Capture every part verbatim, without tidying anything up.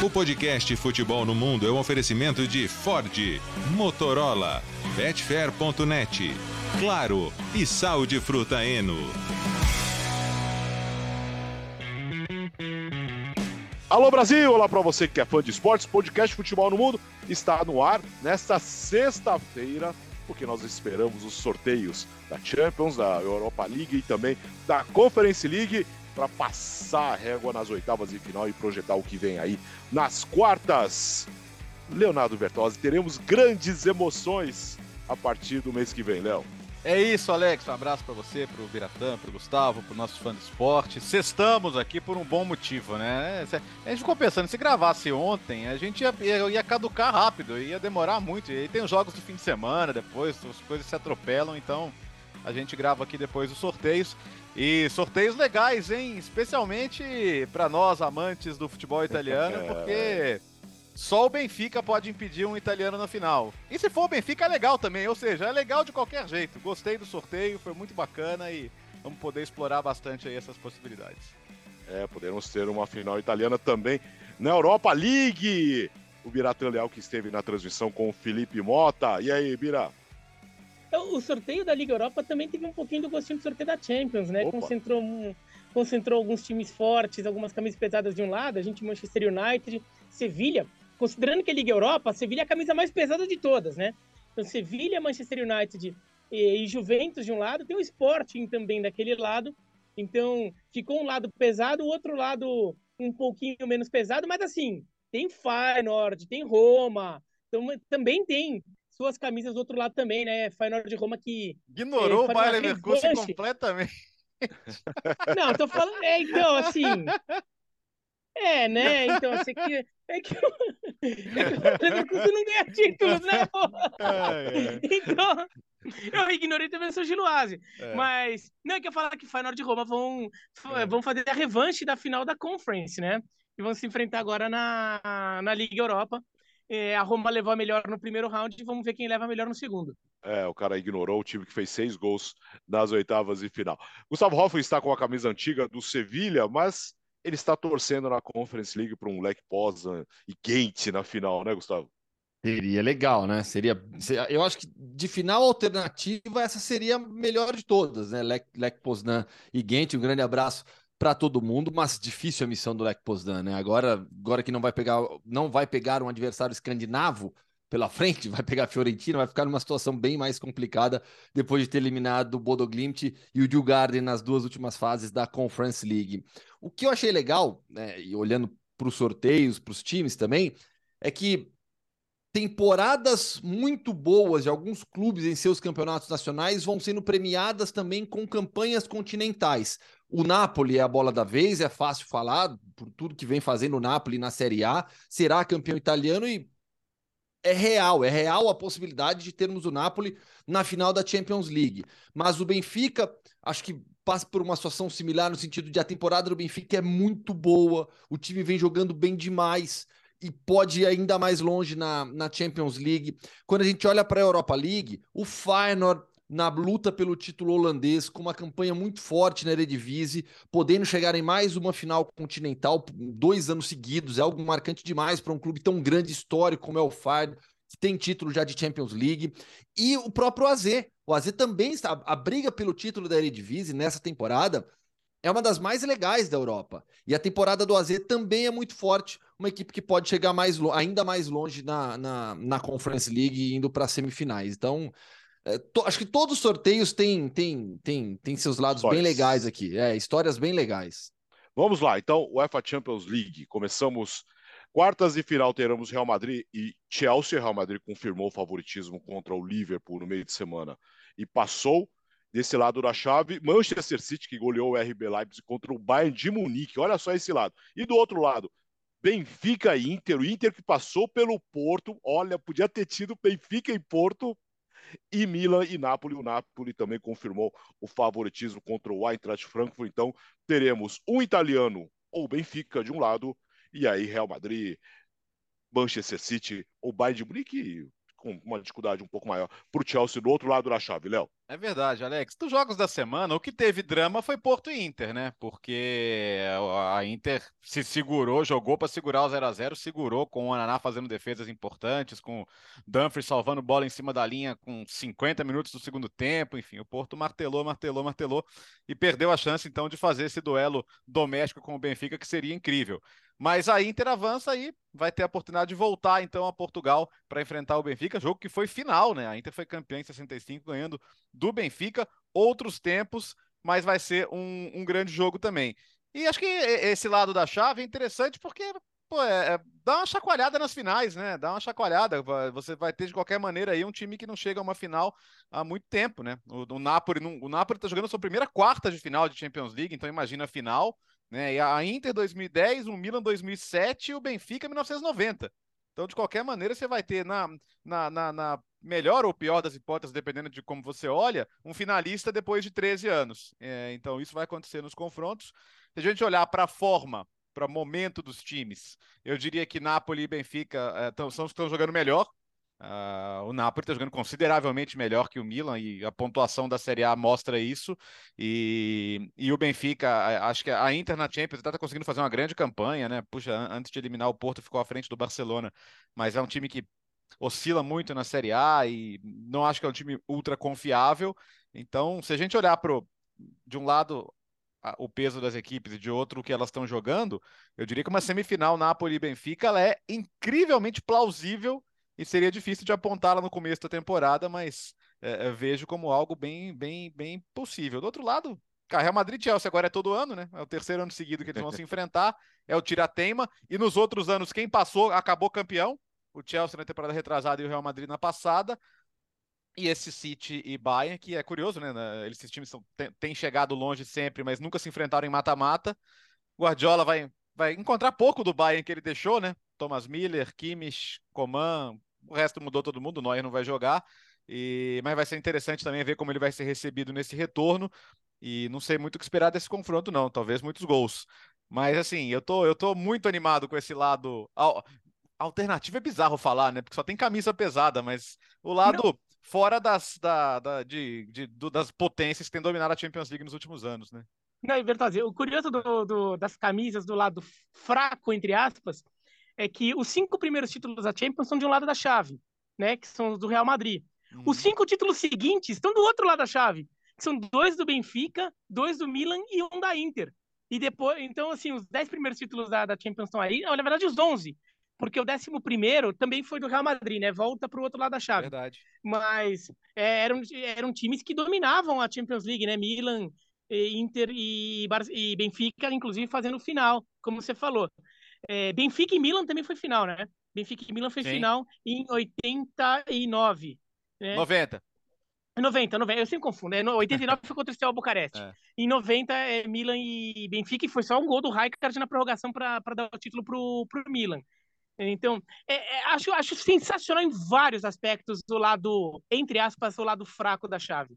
O podcast Futebol no Mundo é um oferecimento de Ford, Motorola, Betfair ponto net, Claro e Sal de Fruta Eno. Alô Brasil, olá para você que é fã de esportes, podcast Futebol no Mundo está no ar nesta sexta-feira, porque nós esperamos os sorteios da Champions, da Europa League e também da Conference League para passar a régua nas oitavas de final e projetar o que vem aí nas quartas. Leonardo Bertozzi, teremos grandes emoções a partir do mês que vem, Léo. É isso, Alex. Um abraço para você, pro Biratã, pro Gustavo, pro nosso fã de esporte. Sextamos aqui por um bom motivo, né? A gente ficou pensando, se gravasse ontem, a gente ia, ia, ia caducar rápido, ia demorar muito. E aí tem os jogos do fim de semana depois, as coisas se atropelam, então a gente grava aqui depois dos sorteios. E sorteios legais, hein? Especialmente para nós, amantes do futebol italiano, porque só o Benfica pode impedir um italiano na final. E se for o Benfica é legal também, ou seja, é legal de qualquer jeito. Gostei do sorteio, foi muito bacana e vamos poder explorar bastante aí essas possibilidades. É, poderemos ter uma final italiana também na Europa League. O Biratã Leal que esteve na transmissão com o Felipe Mota. E aí, Bira? O sorteio da Liga Europa também teve um pouquinho do gostinho do sorteio da Champions, né? Concentrou, um, concentrou alguns times fortes, algumas camisas pesadas de um lado, a gente Manchester United, Sevilha. Considerando que a Liga Europa, Sevilha é a camisa mais pesada de todas, né? Então, Sevilha, Manchester United e, e Juventus de um lado, tem o Sporting também daquele lado. Então, ficou um lado pesado, o outro lado um pouquinho menos pesado, mas assim, tem Feyenoord, tem Roma, então, também tem suas camisas do outro lado também, né? Feyenoord de Roma que... Ignorou é, o Bayer Leverkusen completamente. Não, tô falando... É, então, assim... É, né? Então, assim, que... É que o Leverkusen não ganha títulos, né? É, é. Então, eu ignorei também o seu Giloase. É. Mas, não, é que eu falar que Feyenoord de Roma vão, é. vão fazer a revanche da final da Conference, né? E vão se enfrentar agora na, na Liga Europa. É, a Roma levou a melhor no primeiro round e vamos ver quem leva a melhor no segundo. É, o cara ignorou o time que fez seis gols nas oitavas de final. Gustavo Hoffmann está com a camisa antiga do Sevilha, mas ele está torcendo na Conference League para um Lech Poznan e Ghent na final, né, Gustavo? Seria legal, né? Seria, eu acho que de final alternativa essa seria a melhor de todas, né? Lech, Lech Poznan e Ghent, um grande abraço para todo mundo, mas difícil a missão do Lech Poznan, né? Agora, agora que não vai pegar, não vai pegar um adversário escandinavo pela frente, vai pegar a Fiorentina, vai ficar numa situação bem mais complicada depois de ter eliminado o Bodo Glimt e o Djurgården nas duas últimas fases da Conference League. O que eu achei legal, né, e olhando para os sorteios, para os times também, é que temporadas muito boas de alguns clubes em seus campeonatos nacionais vão sendo premiadas também com campanhas continentais. O Napoli é a bola da vez, é fácil falar, por tudo que vem fazendo o Napoli na Série A, será campeão italiano e é real, é real a possibilidade de termos o Napoli na final da Champions League. Mas o Benfica, acho que passa por uma situação similar no sentido de a temporada do Benfica é muito boa, o time vem jogando bem demais e pode ir ainda mais longe na, na Champions League. Quando a gente olha para a Europa League, o Feyenoord na luta pelo título holandês, com uma campanha muito forte na Eredivisie, podendo chegar em mais uma final continental, dois anos seguidos, é algo marcante demais para um clube tão grande, histórico como é o Feyenoord, que tem título já de Champions League, e o próprio A Z. O A Z também está, a briga pelo título da Eredivisie nessa temporada é uma das mais legais da Europa. E a temporada do A Z também é muito forte, uma equipe que pode chegar mais, ainda mais longe na, na, na Conference League, indo para as semifinais. Então, É, to, acho que todos os sorteios têm, têm, têm, têm seus lados histórias bem legais aqui. É, histórias bem legais. Vamos lá, então, UEFA Champions League. Começamos quartas de final, teremos Real Madrid e Chelsea. Real Madrid confirmou o favoritismo contra o Liverpool no meio de semana e passou. Desse lado da chave, Manchester City, que goleou o R B Leipzig contra o Bayern de Munique. Olha só esse lado. E do outro lado, Benfica e Inter. O Inter que passou pelo Porto. Olha, podia ter tido Benfica e Porto. E Milan e Napoli. O Napoli também confirmou o favoritismo contra o Eintracht Frankfurt. Então, teremos um italiano ou Benfica de um lado, e aí Real Madrid, Manchester City ou Bayern de Munique com uma dificuldade um pouco maior para o Chelsea do outro lado da chave, Léo. É verdade, Alex. Dos jogos da semana, o que teve drama foi Porto e Inter, né? Porque a Inter se segurou, jogou para segurar o zero a zero, segurou com o Ananá fazendo defesas importantes, com o Dumfries salvando bola em cima da linha com cinquenta minutos do segundo tempo. Enfim, o Porto martelou, martelou, martelou e perdeu a chance, então, de fazer esse duelo doméstico com o Benfica, que seria incrível. Mas a Inter avança aí, vai ter a oportunidade de voltar, então, a Portugal para enfrentar o Benfica, jogo que foi final, né? A Inter foi campeã em sessenta e cinco, ganhando do Benfica, outros tempos, mas vai ser um, um grande jogo também. E acho que esse lado da chave é interessante porque pô, é, é, dá uma chacoalhada nas finais, né? Dá uma chacoalhada. Você vai ter de qualquer maneira aí um time que não chega a uma final há muito tempo, né? O, o Napoli, não, o Napoli tá jogando a sua primeira quarta de final de Champions League, então imagina a final, né? E a Inter dois mil e dez, o Milan dois mil e sete e o Benfica mil novecentos e noventa. Então, de qualquer maneira, você vai ter na, na, na, na melhor ou pior das hipóteses, dependendo de como você olha, um finalista depois de treze anos. É, então, isso vai acontecer nos confrontos. Se a gente olhar para a forma, para o momento dos times, eu diria que Napoli e Benfica é, tão, são os que estão jogando melhor. Uh, o Napoli está jogando consideravelmente melhor que o Milan e a pontuação da Série A mostra isso. E, e o Benfica, acho que a Inter na Champions está conseguindo fazer uma grande campanha, né? Puxa, antes de eliminar o Porto, ficou à frente do Barcelona, mas é um time que oscila muito na Série A e não acho que é um time ultra confiável. Então, se a gente olhar pro, de um lado a, o peso das equipes e de outro o que elas estão jogando, eu diria que uma semifinal Napoli e Benfica ela é incrivelmente plausível. E seria difícil de apontá-la no começo da temporada, mas é, vejo como algo bem, bem, bem possível. Do outro lado, cara, Real Madrid e Chelsea agora é todo ano, né? É o terceiro ano seguido que eles vão se enfrentar, é o tira-teima. E nos outros anos, quem passou acabou campeão. O Chelsea na temporada retrasada e o Real Madrid na passada. E esse City e Bayern, que é curioso, né? Esses times são, têm chegado longe sempre, mas nunca se enfrentaram em mata-mata. Guardiola vai, vai encontrar pouco do Bayern que ele deixou, né? Thomas Müller, Kimmich, Coman, o resto mudou todo mundo, o Neuer não vai jogar, e... mas vai ser interessante também ver como ele vai ser recebido nesse retorno, e não sei muito o que esperar desse confronto não, talvez muitos gols. Mas assim, eu tô, eu tô muito animado com esse lado... Alternativo é bizarro falar, né? Porque só tem camisa pesada, mas o lado não. fora das, da, da, de, de, do, das potências que tem dominado a Champions League nos últimos anos, né? Não, é verdade. O curioso do, do, das camisas do lado fraco, entre aspas, é que os cinco primeiros títulos da Champions são de um lado da chave, né? Que são os do Real Madrid. Uhum. Os cinco títulos seguintes estão do outro lado da chave, que são dois do Benfica, dois do Milan e um da Inter. E depois, então, assim, os dez primeiros títulos da, da Champions estão aí, na verdade, os onze, porque o décimo primeiro também foi do Real Madrid, né? Volta para o outro lado da chave. Verdade. Mas é, eram, eram times que dominavam a Champions League, né? Milan, Inter e, Bar e Benfica, inclusive, fazendo final, como você falou. É, Benfica e Milan também foi final, né? Benfica e Milan foi Sim. final em oitenta e nove. Né? noventa. noventa, noventa, eu sempre confundo. É, oitenta e nove foi contra o Steaua Bucareste. É. Em noventa, é Milan e Benfica, e foi só um gol do Rijkaard na prorrogação para dar o título pro, pro Milan. Então, é, é, acho, acho sensacional em vários aspectos do lado, entre aspas, o lado fraco da chave.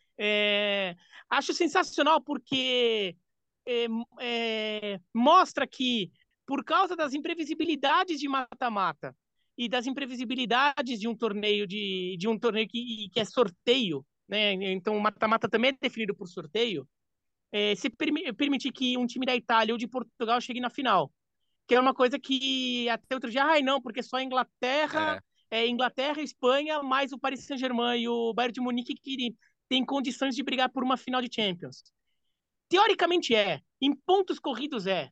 É, acho sensacional porque é, é, mostra que, por causa das imprevisibilidades de mata-mata e das imprevisibilidades de um torneio de, de um torneio que, que é sorteio, né? Então o mata-mata também é definido por sorteio, é, se permi permitir que um time da Itália ou de Portugal chegue na final, que é uma coisa que até outro dia, ai não, porque só a Inglaterra, é. É, Inglaterra, Espanha, mais o Paris Saint-Germain e o Bayern de Munique que tem condições de brigar por uma final de Champions. Teoricamente é, em pontos corridos é,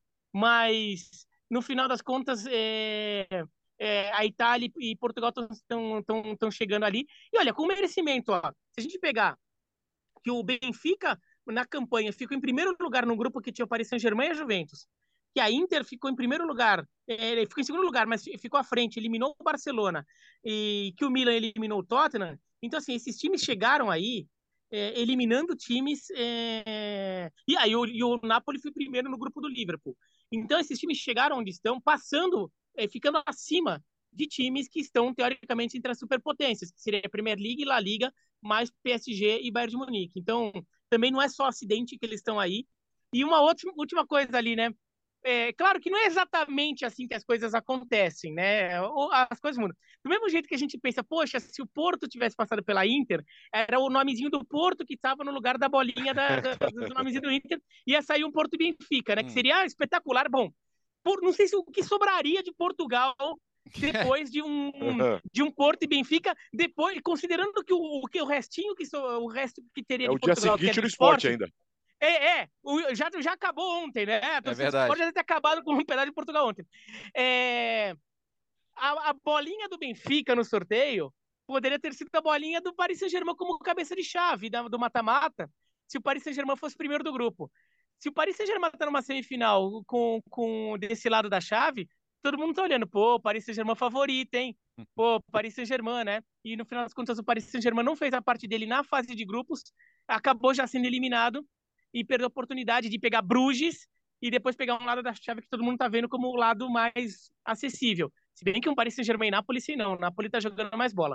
mas no final das contas é, é, a Itália e Portugal estão chegando ali. E olha, com merecimento, ó, se a gente pegar que o Benfica na campanha ficou em primeiro lugar no grupo que tinha o Paris Saint-Germain e a Juventus, que a Inter ficou em primeiro lugar, é, ficou em segundo lugar, mas ficou à frente, eliminou o Barcelona, e que o Milan eliminou o Tottenham. Então, assim, esses times chegaram aí é, eliminando times, é... e aí o, e o Napoli foi primeiro no grupo do Liverpool. Então, esses times chegaram onde estão, passando, é, ficando acima de times que estão, teoricamente, entre as superpotências, que seria a Premier League, La Liga, mais P S G e Bayern de Munique. Então, também não é só acidente que eles estão aí. E uma outra, última coisa ali, né? É claro que não é exatamente assim que as coisas acontecem, né? As coisas mudam. Do mesmo jeito que a gente pensa, poxa, se o Porto tivesse passado pela Inter, era o nomezinho do Porto que estava no lugar da bolinha da, da, do nomezinho do Inter, ia sair um Porto e Benfica, né? Que seria espetacular. Bom, por, não sei se o que sobraria de Portugal depois de um, de um Porto e Benfica, depois, considerando que o, que o restinho, que so, o resto que teria é de o Portugal... dia seguinte é no esporte ainda. É, é, o, já, já acabou ontem, né? A é verdade. Pode já ter acabado com um pedaço de Portugal ontem. É, a, a bolinha do Benfica no sorteio poderia ter sido a bolinha do Paris Saint-Germain como cabeça de chave da, do mata-mata, se o Paris Saint-Germain fosse primeiro do grupo. Se o Paris Saint-Germain tá numa semifinal com, com desse lado da chave, todo mundo tá olhando, pô, o Paris Saint-Germain favorito, hein? Pô, Paris Saint-Germain, né? E no final das contas, o Paris Saint-Germain não fez a parte dele na fase de grupos, acabou já sendo eliminado e perdeu a oportunidade de pegar Bruges e depois pegar um lado da chave que todo mundo tá vendo como o lado mais acessível. Se bem que um Paris Saint-Germain e Napoli, sim, não. O Napoli tá jogando mais bola.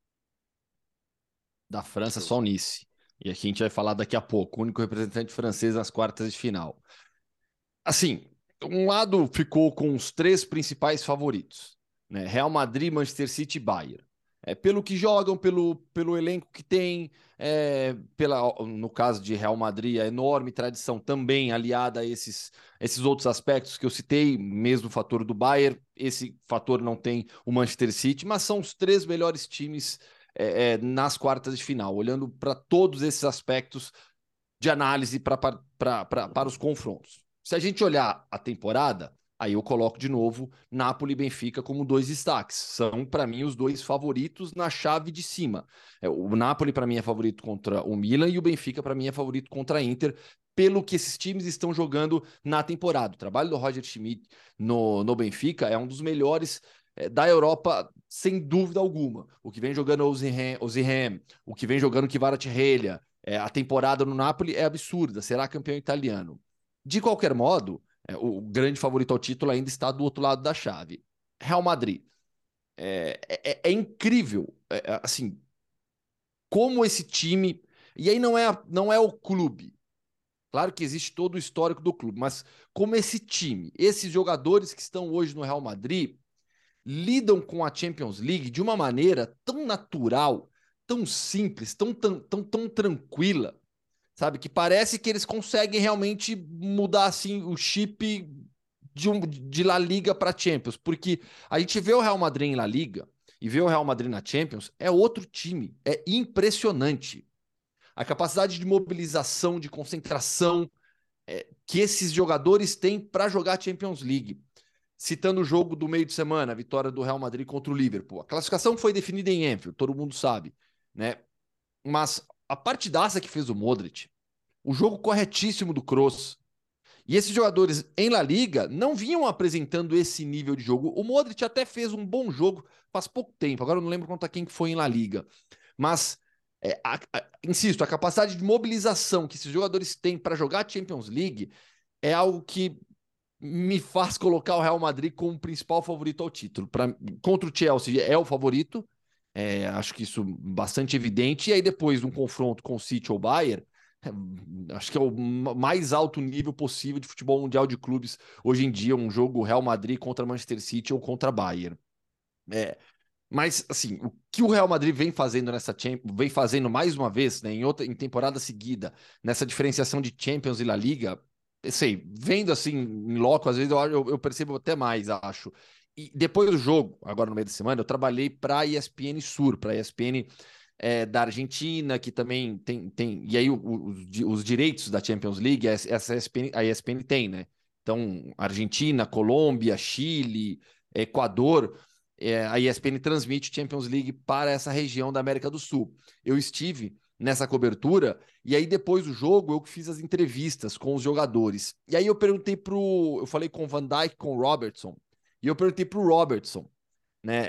Da França, só o Nice. E aqui a gente vai falar daqui a pouco. O único representante francês nas quartas de final. Assim, um lado ficou com os três principais favoritos, né? Real Madrid, Manchester City e Bayern. É, pelo que jogam, pelo, pelo elenco que tem, é, pela, no caso de Real Madrid, a enorme tradição também aliada a esses, esses outros aspectos que eu citei, mesmo o fator do Bayern, esse fator não tem o Manchester City, mas são os três melhores times é, é, nas quartas de final, olhando para todos esses aspectos de análise pra, pra, pra, pra, para os confrontos. Se a gente olhar a temporada, aí eu coloco de novo Napoli e Benfica como dois destaques. São, para mim, os dois favoritos na chave de cima. O Napoli, para mim, é favorito contra o Milan e o Benfica, para mim, é favorito contra a Inter, pelo que esses times estão jogando na temporada. O trabalho do Roger Schmidt no, no Benfica é um dos melhores é, da Europa, sem dúvida alguma. O que vem jogando o Osimhen, o que vem jogando o Kvaratskhelia, é, a temporada no Napoli é absurda, será campeão italiano. De qualquer modo, é, o grande favorito ao título ainda está do outro lado da chave. Real Madrid. É, é, é incrível, é, assim, como esse time... E aí não é, não é o clube. Claro que existe todo o histórico do clube, mas como esse time, esses jogadores que estão hoje no Real Madrid, lidam com a Champions League de uma maneira tão natural, tão simples, tão, tão, tão, tão tranquila, sabe? Que parece que eles conseguem realmente mudar assim o chip de, um, de La Liga para Champions, porque a gente vê o Real Madrid em La Liga e vê o Real Madrid na Champions, é outro time, é impressionante. A capacidade de mobilização, de concentração é, que esses jogadores têm para jogar a Champions League. Citando o jogo do meio de semana, a vitória do Real Madrid contra o Liverpool. A classificação foi definida em Anfield, todo mundo sabe, né? Mas a partidaça que fez o Modric, o jogo corretíssimo do Kroos, e esses jogadores em La Liga não vinham apresentando esse nível de jogo. O Modric até fez um bom jogo faz pouco tempo, agora eu não lembro contra quem foi em La Liga. Mas, é, a, a, insisto, a capacidade de mobilização que esses jogadores têm para jogar a Champions League é algo que me faz colocar o Real Madrid como principal favorito ao título. Pra, contra o Chelsea é o favorito, é, acho que isso bastante evidente, e aí depois um confronto com o City ou Bayern, é, acho que é o mais alto nível possível de futebol mundial de clubes hoje em dia, um jogo Real Madrid contra Manchester City ou contra Bayern. É, mas, assim, o que o Real Madrid vem fazendo nessa Champions, vem fazendo mais uma vez, né, em, outra, em temporada seguida, nessa diferenciação de Champions e La Liga, sei, vendo assim em loco, às vezes eu, eu, eu percebo até mais, acho. E depois do jogo, agora no meio da semana, eu trabalhei para a E S P N Sur, para a E S P N é, da Argentina, que também tem, tem e aí o, o, os, os direitos da Champions League, essa E S P N, a E S P N tem, né? Então, Argentina, Colômbia, Chile, Equador, é, a E S P N transmite Champions League para essa região da América do Sul. Eu estive nessa cobertura, e aí depois do jogo eu fiz as entrevistas com os jogadores. E aí eu perguntei pro... Eu falei com o Van Dijk, com o Robertson, e eu perguntei pro Robertson, né?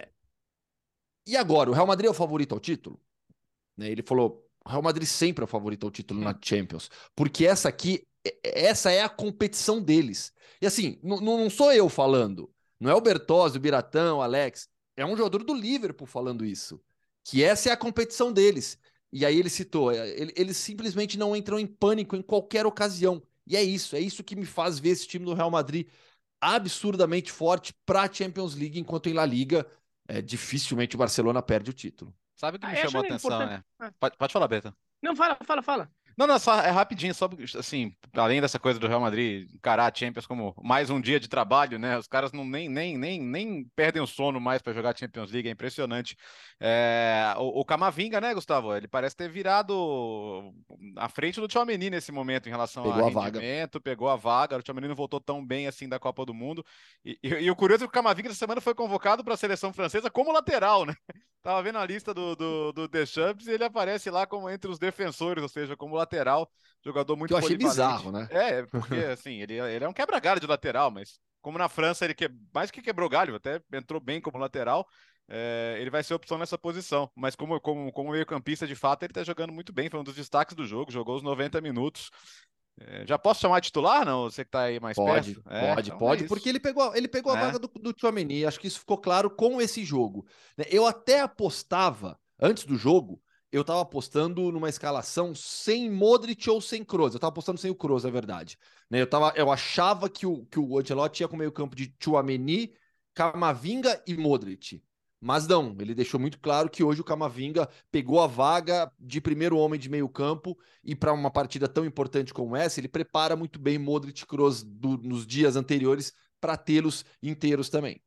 E agora, o Real Madrid é o favorito ao título? Né? Ele falou, o Real Madrid sempre é o favorito ao título na Champions, porque essa aqui, essa é a competição deles. E assim, não, não sou eu falando, não é o Bertozzi, o Biratão, o Alex, é um jogador do Liverpool falando isso, que essa é a competição deles. E aí ele citou, eles simplesmente não entram em pânico em qualquer ocasião. E é isso, é isso que me faz ver esse time do Real Madrid absurdamente forte para a Champions League, enquanto em La Liga, é, dificilmente o Barcelona perde o título. Sabe o que Ah, me eu chamou a acho atenção, importante. né? Pode, pode falar, Beta. Não, fala, fala, fala. Não, não, só é rapidinho, só assim, além dessa coisa do Real Madrid encarar a Champions como mais um dia de trabalho, né? Os caras não nem, nem, nem, nem perdem o sono mais para jogar Champions League, é impressionante. É, o, o Camavinga, né, Gustavo? Ele parece ter virado à frente do Tchouaméni nesse momento em relação Pegou a a vaga. rendimento, pegou a vaga. O Tchouaméni não voltou tão bem assim da Copa do Mundo. E, e, e o curioso é que o Camavinga essa semana foi convocado para a seleção francesa como lateral, né? Tava vendo a lista do, do, do Deschamps e ele aparece lá como entre os defensores, ou seja, como lateral, jogador muito Que eu achei polivalente. bizarro, né? É, porque assim, ele, ele é um quebra-galho de lateral, mas como na França ele que, mais que quebrou galho, até entrou bem como lateral, é, ele vai ser opção nessa posição. Mas como, como, como meio-campista, de fato, ele tá jogando muito bem, foi um dos destaques do jogo, jogou os noventa minutos. É, já posso chamar de titular, não? Você que tá aí mais Pode, perto? É, pode, então pode, é porque ele pegou, ele pegou a É. vaga do, do Tchouaméni, acho que isso ficou claro com esse jogo. Né? Eu até apostava, antes do jogo, eu tava apostando numa escalação sem Modric ou sem Kroos, eu tava apostando sem o Kroos, é verdade. Né? Eu, tava, eu achava que o, que o Ancelotti ia com o meio campo de Tchouaméni, Camavinga e Modric. Mas não, ele deixou muito claro que hoje o Camavinga pegou a vaga de primeiro homem de meio campo e para uma partida tão importante como essa, ele prepara muito bem Modric e Kroos do, nos dias anteriores para tê-los inteiros também.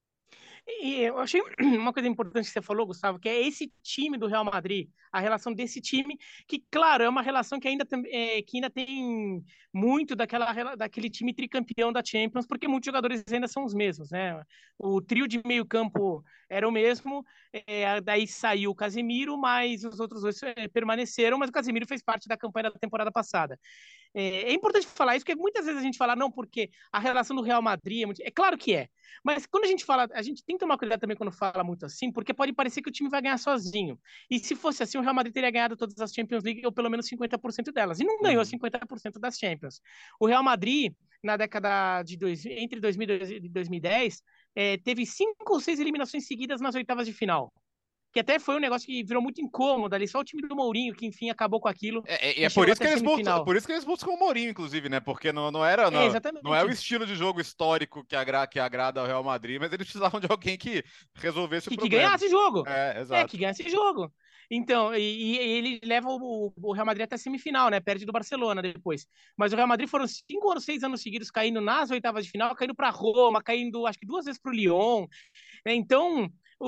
E eu achei uma coisa importante que você falou, Gustavo, que é esse time do Real Madrid, a relação desse time, que, claro, é uma relação que ainda, é, que ainda tem muito daquela, daquele time tricampeão da Champions, porque muitos jogadores ainda são os mesmos, né? O trio de meio campo era o mesmo, é, daí saiu o Casemiro, mas os outros dois é, permaneceram, mas o Casemiro fez parte da campanha da temporada passada. É, é importante falar isso, porque muitas vezes a gente fala, não, porque a relação do Real Madrid é muito... É claro que é, mas quando a gente fala, a gente tem que tomar cuidado também quando fala muito assim, porque pode parecer que o time vai ganhar sozinho. E se fosse assim, o Real Madrid teria ganhado todas as Champions League, ou pelo menos cinquenta por cento delas. E não ganhou Uhum. cinquenta por cento das Champions. O Real Madrid, na década de dois, entre dois mil e dois mil e dez, é, teve cinco ou seis eliminações seguidas nas oitavas de final. Que até foi um negócio que virou muito incômodo ali, só o time do Mourinho que enfim acabou com aquilo. É, é, é por, isso que eles buscam, por isso que eles buscam o Mourinho, inclusive, né? Porque não, não era. Não, é, não é o estilo de jogo histórico que, agra, que agrada ao Real Madrid, mas eles precisavam de alguém que resolvesse que, o que problema. ganhasse jogo. É, exato. É, que ganhasse jogo. Então, e, e ele leva o, o Real Madrid até a semifinal, né? Perde do Barcelona depois. Mas o Real Madrid foram cinco ou seis anos seguidos caindo nas oitavas de final, caindo para Roma, caindo acho que duas vezes para o Lyon. Então,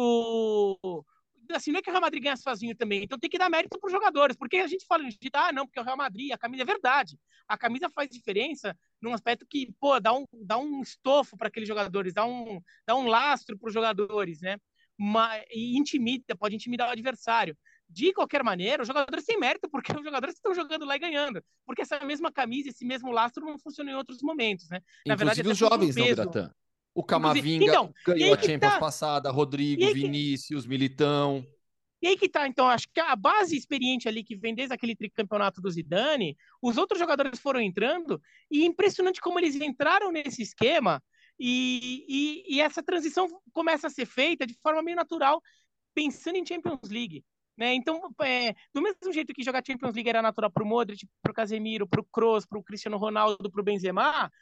o assim, não é que o Real Madrid ganha sozinho também, então tem que dar mérito para os jogadores, porque a gente fala de, ah, não, porque é o Real Madrid, a camisa é verdade, a camisa faz diferença num aspecto que, pô, dá um, dá um estofo para aqueles jogadores, dá um, dá um lastro para os jogadores, né? Mas, e intimida, pode intimidar o adversário. De qualquer maneira, os jogadores têm mérito, porque os jogadores estão jogando lá e ganhando, porque essa mesma camisa, esse mesmo lastro não funciona em outros momentos, né? Na Inclusive verdade, os jovens, não, Biratã? O Camavinga então, ganhou a Champions tá? passada, Rodrigo, que... Vinícius, Militão. E aí que tá, então, acho que a base experiente ali que vem desde aquele tricampeonato do Zidane, os outros jogadores foram entrando, e impressionante como eles entraram nesse esquema, e, e, e essa transição começa a ser feita de forma meio natural, pensando em Champions League. Né? Então, é, do mesmo jeito que jogar Champions League era natural para o Modric, para o Casemiro, para o Kroos, para o Cristiano Ronaldo, para o Benzema,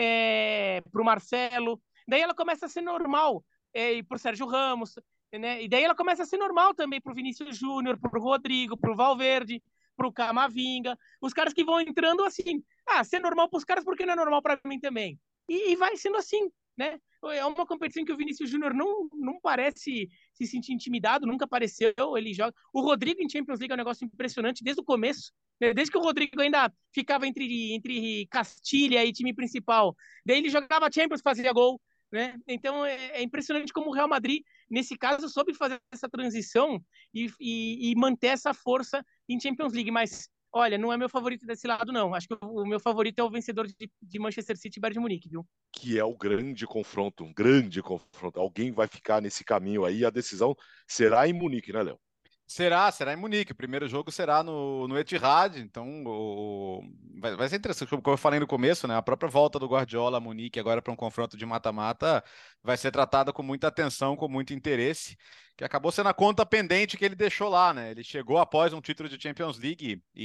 é, para o Marcelo, daí ela começa a ser normal, é, e para o Sérgio Ramos, né? E daí ela começa a ser normal também para o Vinícius Júnior, para o Rodrigo, para o Valverde, para o Camavinga, os caras que vão entrando assim, ah, ser normal para os caras porque não é normal para mim também. E, e vai sendo assim, né? É uma competição que o Vinícius Júnior não, não parece se sentir intimidado, nunca apareceu, ele joga. O Rodrigo em Champions League é um negócio impressionante desde o começo, né? Desde que o Rodrigo ainda ficava entre, entre Castilha e time principal. Daí ele jogava Champions, fazia gol, né? Então é, é impressionante como o Real Madrid, nesse caso, soube fazer essa transição e, e, e manter essa força em Champions League, mas olha, não é meu favorito desse lado, não. Acho que o meu favorito é o vencedor de, de Manchester City e Bayern de Munique, viu? Que é o grande confronto, um grande confronto. Alguém vai ficar nesse caminho aí, a decisão será em Munique, né, Léo? Será, será em Munique. O primeiro jogo será no, no Etihad, então o, vai, vai ser interessante. Como eu falei no começo, né? A própria volta do Guardiola a Munique agora para um confronto de mata-mata vai ser tratada com muita atenção, com muito interesse, que acabou sendo a conta pendente que ele deixou lá, né? Ele chegou após um título de Champions League e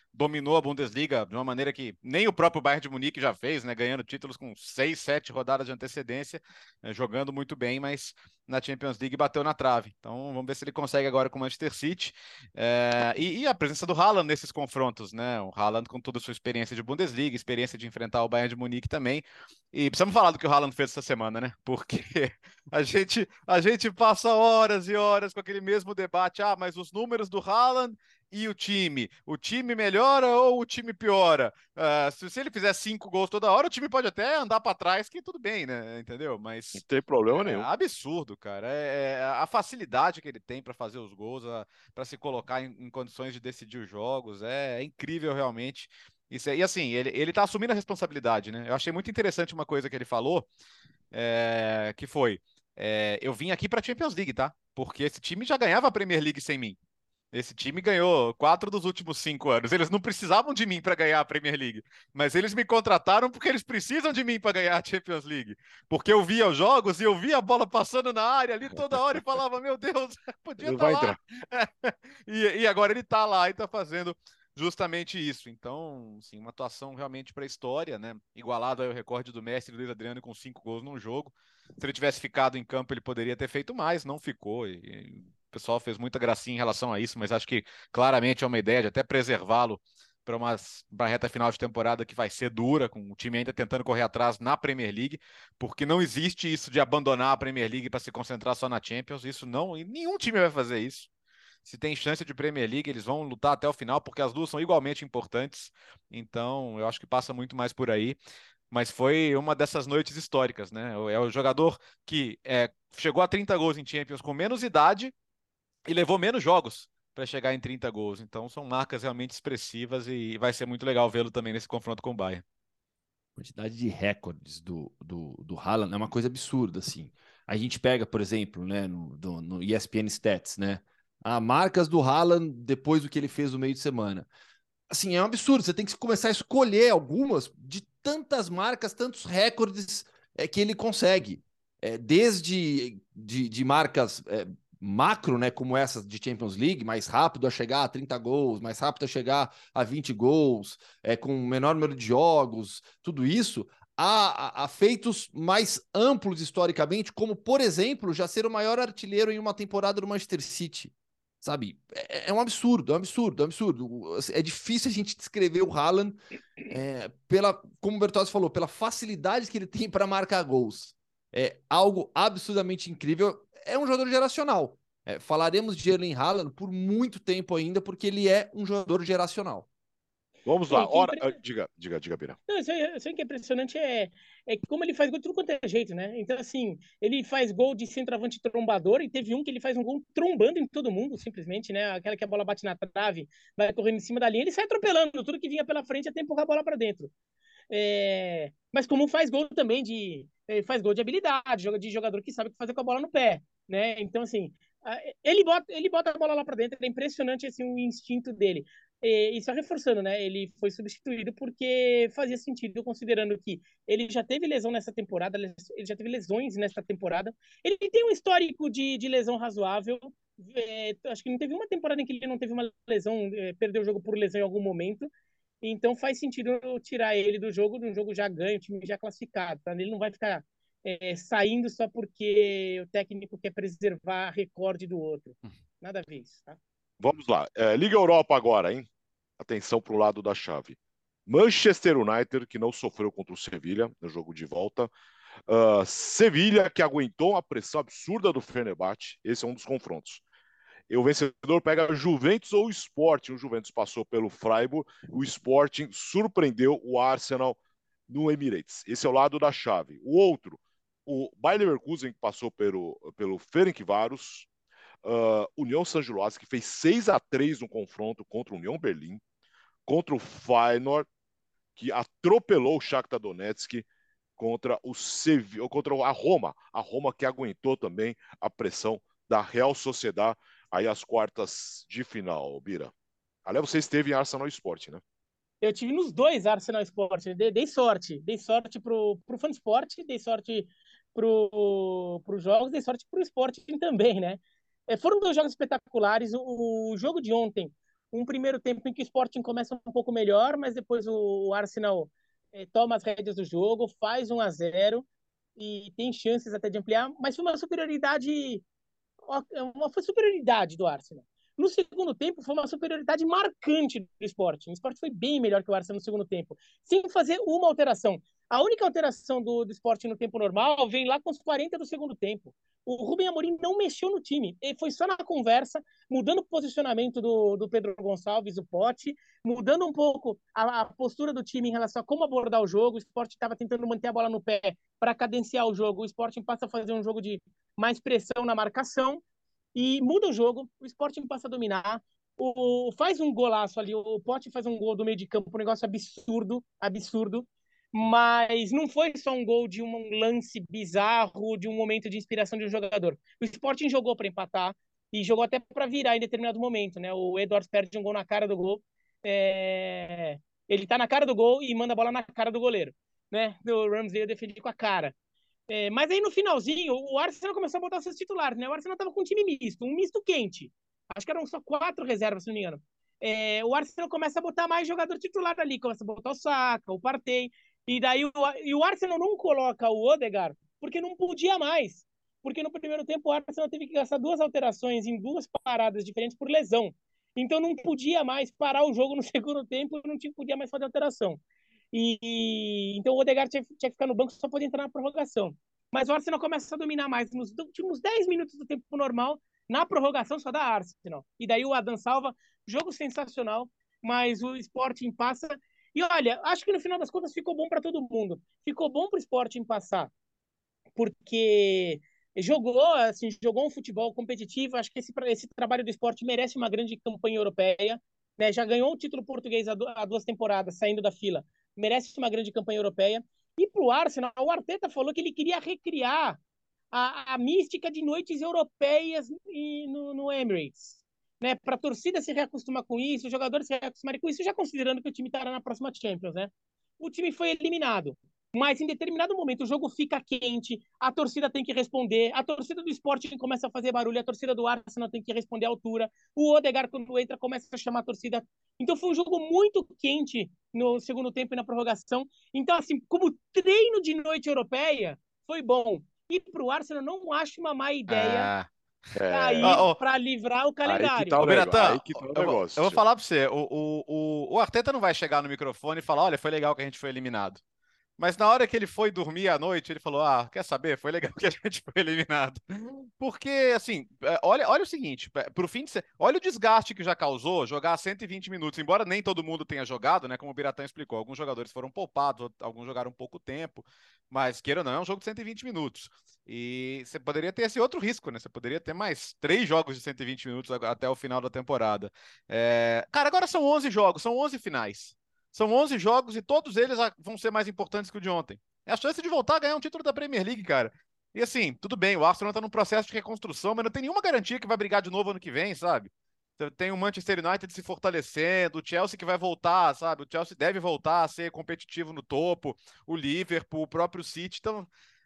dominou a Bundesliga de uma maneira que nem o próprio Bayern de Munique já fez, né? Ganhando títulos com seis, sete rodadas de antecedência, né? Jogando muito bem, mas na Champions League bateu na trave. Então vamos ver se ele consegue agora com o Manchester City. É, e, e a presença do Haaland nesses confrontos, né? O Haaland com toda a sua experiência de Bundesliga, experiência de enfrentar o Bayern de Munique também. E precisamos falar do que o Haaland fez essa semana, né? Porque a gente, a gente passa horas e horas com aquele mesmo debate. Ah, mas os números do Haaland e o time? O time melhora ou o time piora? Uh, se, se ele fizer cinco gols toda hora, o time pode até andar para trás, que tudo bem, né? Entendeu? Mas não tem problema é nenhum. absurdo, cara. É, é a facilidade que ele tem para fazer os gols, para se colocar em, em condições de decidir os jogos, é, é incrível realmente. Isso é, e assim, ele, ele tá assumindo a responsabilidade, né? Eu achei muito interessante uma coisa que ele falou, é, que foi: é, eu vim aqui pra Champions League, tá? Porque esse time já ganhava a Premier League sem mim. Esse time ganhou quatro dos últimos cinco anos. Eles não precisavam de mim para ganhar a Premier League, mas eles me contrataram porque eles precisam de mim para ganhar a Champions League. Porque eu via os jogos e eu via a bola passando na área ali toda hora e falava: meu Deus, podia estar tá lá. e, e agora ele está lá e está fazendo justamente isso. Então, sim, uma atuação realmente para a história, né? Igualado ao recorde do Messi e do Luiz Adriano com cinco gols num jogo. Se ele tivesse ficado em campo, ele poderia ter feito mais, não ficou. E, e o pessoal fez muita gracinha em relação a isso, mas acho que claramente é uma ideia de até preservá-lo para uma pra reta final de temporada que vai ser dura, com o time ainda tentando correr atrás na Premier League, porque não existe isso de abandonar a Premier League para se concentrar só na Champions. Isso não, e nenhum time vai fazer isso. Se tem chance de Premier League, eles vão lutar até o final, porque as duas são igualmente importantes. Então, eu acho que passa muito mais por aí. Mas foi uma dessas noites históricas, né? É o jogador que é, chegou a trinta gols em Champions com menos idade e levou menos jogos para chegar em trinta gols. Então, são marcas realmente expressivas e vai ser muito legal vê-lo também nesse confronto com o Bayern. A quantidade de recordes do, do, do Haaland é uma coisa absurda, assim. A gente pega, por exemplo, né, no, do, no E S P N Stats, né? A marcas do Haaland depois do que ele fez no meio de semana. Assim, é um absurdo. Você tem que começar a escolher algumas de tantas marcas, tantos recordes é, que ele consegue. É, desde de, de marcas é, macro, né, como essas de Champions League, mais rápido a chegar a trinta gols, mais rápido a chegar a vinte gols, é, com menor número de jogos, tudo isso, a, a, a feitos mais amplos historicamente, como, por exemplo, já ser o maior artilheiro em uma temporada do Manchester City. Sabe, é, é um absurdo, é um absurdo, é um absurdo. É difícil a gente descrever o Haaland é, pela, como o Bertozzi falou, pela facilidade que ele tem para marcar gols. É algo absurdamente incrível. É um jogador geracional. É, falaremos de Erling Haaland por muito tempo ainda, porque ele é um jogador geracional. Vamos lá, Ora... diga, diga, diga, Bira. Não, isso aí, isso aí que é impressionante é, é como ele faz gol de tudo quanto é jeito, né? Então, assim, ele faz gol de centroavante trombador, e teve um que ele faz um gol trombando em todo mundo, simplesmente, né? Aquela que a bola bate na trave, vai correndo em cima da linha, ele sai atropelando tudo que vinha pela frente até empurrar a bola para dentro. É... Mas como faz gol também de... faz gol de habilidade, joga de jogador que sabe o que fazer com a bola no pé, né? Então, assim, ele bota, ele bota a bola lá para dentro, é impressionante, assim, o instinto dele. E só reforçando, né? Ele foi substituído porque fazia sentido, considerando que ele já teve lesão nessa temporada, ele já teve lesões nessa temporada. Ele tem um histórico de, de lesão razoável. É, acho que não teve uma temporada em que ele não teve uma lesão, é, perdeu o jogo por lesão em algum momento. Então faz sentido tirar ele do jogo, de um jogo já ganho, o time já classificado. Tá? Ele não vai ficar é, saindo só porque o técnico quer preservar recorde do outro. Nada a ver isso, tá? Vamos lá. É, Liga Europa agora, hein? Atenção para o lado da chave. Manchester United, que não sofreu contra o Sevilha no jogo de volta. Uh, Sevilha, que aguentou uma pressão absurda do Fenerbahçe. Esse é um dos confrontos. E o vencedor pega Juventus ou Sporting. O Juventus passou pelo Freiburg. O Sporting surpreendeu o Arsenal no Emirates. Esse é o lado da chave. O outro, o Bayer Leverkusen, que passou pelo, pelo Ferencváros. Uh, União Saint-Gilloise, que fez seis a três no confronto contra o União Berlim, contra o Feyenoord, que atropelou o Shakhtar Donetsk, contra o Sevilla, contra a Roma, a Roma que aguentou também a pressão da Real Sociedad, aí as quartas de final, Bira. Aliás, você esteve em Arsenal Sport, né? Eu tive nos dois Arsenal Sport, dei, dei sorte, dei sorte pro, pro Fan Sport, dei sorte pro, pro jogos, dei sorte pro Sporting também, né? É, foram dois jogos espetaculares. O, o jogo de ontem Um primeiro tempo em que o Sporting começa um pouco melhor, mas depois o, o Arsenal eh, toma as rédeas do jogo, faz um a zero e tem chances até de ampliar, mas foi uma superioridade, uma foi superioridade do Arsenal. No segundo tempo, foi uma superioridade marcante do Sporting. O Sporting foi bem melhor que o Arsenal no segundo tempo, sem fazer uma alteração. A única alteração do, do Sporting no tempo normal vem lá com os quarenta do segundo tempo. O Rubem Amorim não mexeu no time. Ele foi só na conversa, mudando o posicionamento do, do Pedro Gonçalves, o Pote, mudando um pouco a, a postura do time em relação a como abordar o jogo. O Sporting estava tentando manter a bola no pé para cadenciar o jogo. O Sporting passa a fazer um jogo de mais pressão na marcação e muda o jogo. O Sporting passa a dominar. O, faz um golaço ali. O Pote faz um gol do meio de campo, um negócio absurdo, absurdo. Mas não foi só um gol de um lance bizarro, de um momento de inspiração de um jogador. O Sporting jogou para empatar e jogou até para virar em determinado momento, né? O Edwards perde um gol na cara do gol. É... Ele tá na cara do gol e manda a bola na cara do goleiro, né? O Ramsdale defende com a cara. É... Mas aí no finalzinho, o Arsenal começou a botar seus titulares, né? O Arsenal tava com um time misto, um misto quente. Acho que eram só quatro reservas, se não me engano. É... O Arsenal começa a botar mais jogador titular ali, começa a botar o Saka, o Partey. E daí o, e o Arsenal não coloca o Odegaard porque não podia mais. Porque no primeiro tempo o Arsenal teve que gastar duas alterações em duas paradas diferentes por lesão. Então não podia mais parar o jogo no segundo tempo e não tinha, podia mais fazer alteração. E, e, então o Odegaard tinha, tinha que ficar no banco, só podia entrar na prorrogação. Mas o Arsenal começa a dominar mais nos últimos dez minutos do tempo normal. Na prorrogação só dá Arsenal. E daí o Adam salva. Jogo sensacional, mas o Sporting passa. E olha, acho que no final das contas ficou bom para todo mundo. Ficou bom para o Sporting passar, porque jogou, assim, jogou um futebol competitivo. Acho que esse, esse trabalho do Sporting merece uma grande campanha europeia, né? Já ganhou o título português há, há duas temporadas, saindo da fila. Merece uma grande campanha europeia. E para o Arsenal, o Arteta falou que ele queria recriar a, a mística de noites europeias no, no Emirates. Né, para a torcida se reacostumar com isso, os jogadores se reacostumarem com isso, já considerando que o time estará na próxima Champions, né? O time foi eliminado, mas em determinado momento o jogo fica quente, a torcida tem que responder, a torcida do Sporting começa a fazer barulho, a torcida do Arsenal tem que responder à altura, o Odegaard quando entra começa a chamar a torcida. Então foi um jogo muito quente no segundo tempo e na prorrogação. Então, assim, como treino de noite europeia, foi bom. E para o Arsenal não acho uma má ideia... Ah. É... Aí, oh, oh, para livrar o calendário. Aí que tá o, Biratã, aí que tá o eu, negócio. Eu vou falar para você, o, o, o, o Arteta não vai chegar no microfone e falar, olha, foi legal que a gente foi eliminado. Mas na hora que ele foi dormir à noite, ele falou, ah, quer saber? Foi legal que a gente foi eliminado. Porque, assim, olha, olha o seguinte, pro fim de se... olha o desgaste que já causou jogar cento e vinte minutos, embora nem todo mundo tenha jogado, né, como o Biratã explicou, alguns jogadores foram poupados, alguns jogaram pouco tempo, mas queira ou não, é um jogo de cento e vinte minutos. E você poderia ter esse outro risco, né? Você poderia ter mais três jogos de cento e vinte minutos até o final da temporada. É... Cara, agora são onze jogos, são onze finais. São onze jogos e todos eles vão ser mais importantes que o de ontem. É a chance de voltar a ganhar um título da Premier League, cara. E assim, tudo bem, o Arsenal tá num processo de reconstrução, mas não tem nenhuma garantia que vai brigar de novo ano que vem, sabe? Tem o Manchester United se fortalecendo, o Chelsea que vai voltar, sabe? O Chelsea deve voltar a ser competitivo no topo, o Liverpool, o próprio City. Então,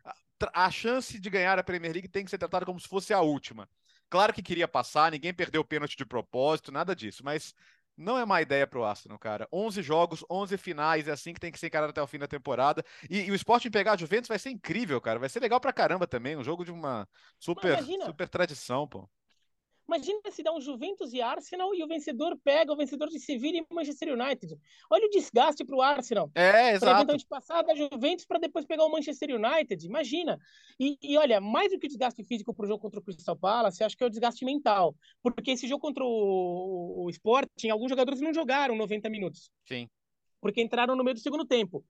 a chance de ganhar a Premier League tem que ser tratada como se fosse a última. Claro que queria passar, ninguém perdeu o pênalti de propósito, nada disso, mas... Não é má ideia pro Arsenal, cara. onze jogos, onze finais, é assim que tem que ser encarado até o fim da temporada. E, e o Sporting pegar a Juventus vai ser incrível, cara. Vai ser legal pra caramba também. Um jogo de uma super, super tradição, pô. Imagina se dá um Juventus e Arsenal e o vencedor pega o vencedor de Sevilha e Manchester United. Olha o desgaste para o Arsenal. É, exato. Para eventualmente passar da Juventus para depois pegar o Manchester United. Imagina. E, e olha, mais do que o desgaste físico para o jogo contra o Crystal Palace, acho que é o desgaste mental. Porque esse jogo contra o, o Sporting, alguns jogadores não jogaram noventa minutos. Sim. Porque entraram no meio do segundo tempo.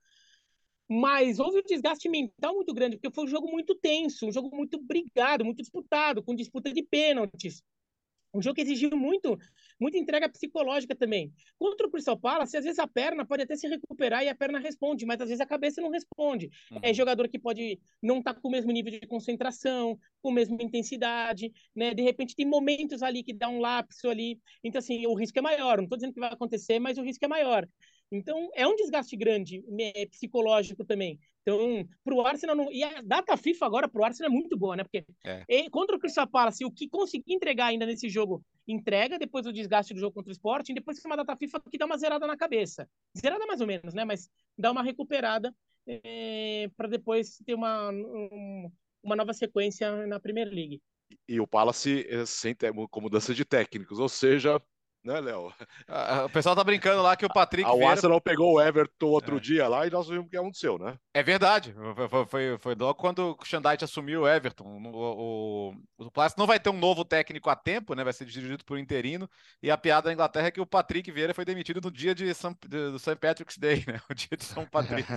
Mas houve um desgaste mental muito grande, porque foi um jogo muito tenso, um jogo muito brigado, muito disputado, com disputa de pênaltis. Um jogo que exigiu muito, muita entrega psicológica também. Contra o Crystal Palace, às vezes a perna pode até se recuperar e a perna responde, mas às vezes a cabeça não responde. Uhum. É jogador que pode não estar tá com o mesmo nível de concentração, com a mesma intensidade, né? De repente tem momentos ali que dá um lapso ali. Então, assim, o risco é maior. Não estou dizendo que vai acontecer, mas o risco é maior. Então, é um desgaste grande, é, psicológico também. Então, para o Arsenal, não... e a data FIFA agora para o Arsenal é muito boa, né? Porque É. e, contra o Crystal Palace, o que conseguir entregar ainda nesse jogo, entrega, depois do desgaste do jogo contra o Sporting, depois tem uma data FIFA que dá uma zerada na cabeça. Zerada mais ou menos, né? Mas dá uma recuperada é, para depois ter uma, um, uma nova sequência na Premier League. E o Palace é, sem com mudança de técnicos, ou seja, né, Léo? O pessoal tá brincando lá que o Patrick A, o Vieira... Arsenal pegou o Everton outro é. dia lá e nós vimos o que aconteceu, né? É verdade. Foi, foi, foi logo quando o Xandite assumiu o Everton. O, o, o Palace não vai ter um novo técnico a tempo, né? Vai ser dirigido por um interino. E a piada da Inglaterra é que o Patrick Vieira foi demitido no dia de São, de, do Saint Patrick's Day, né? O dia de São Patrício.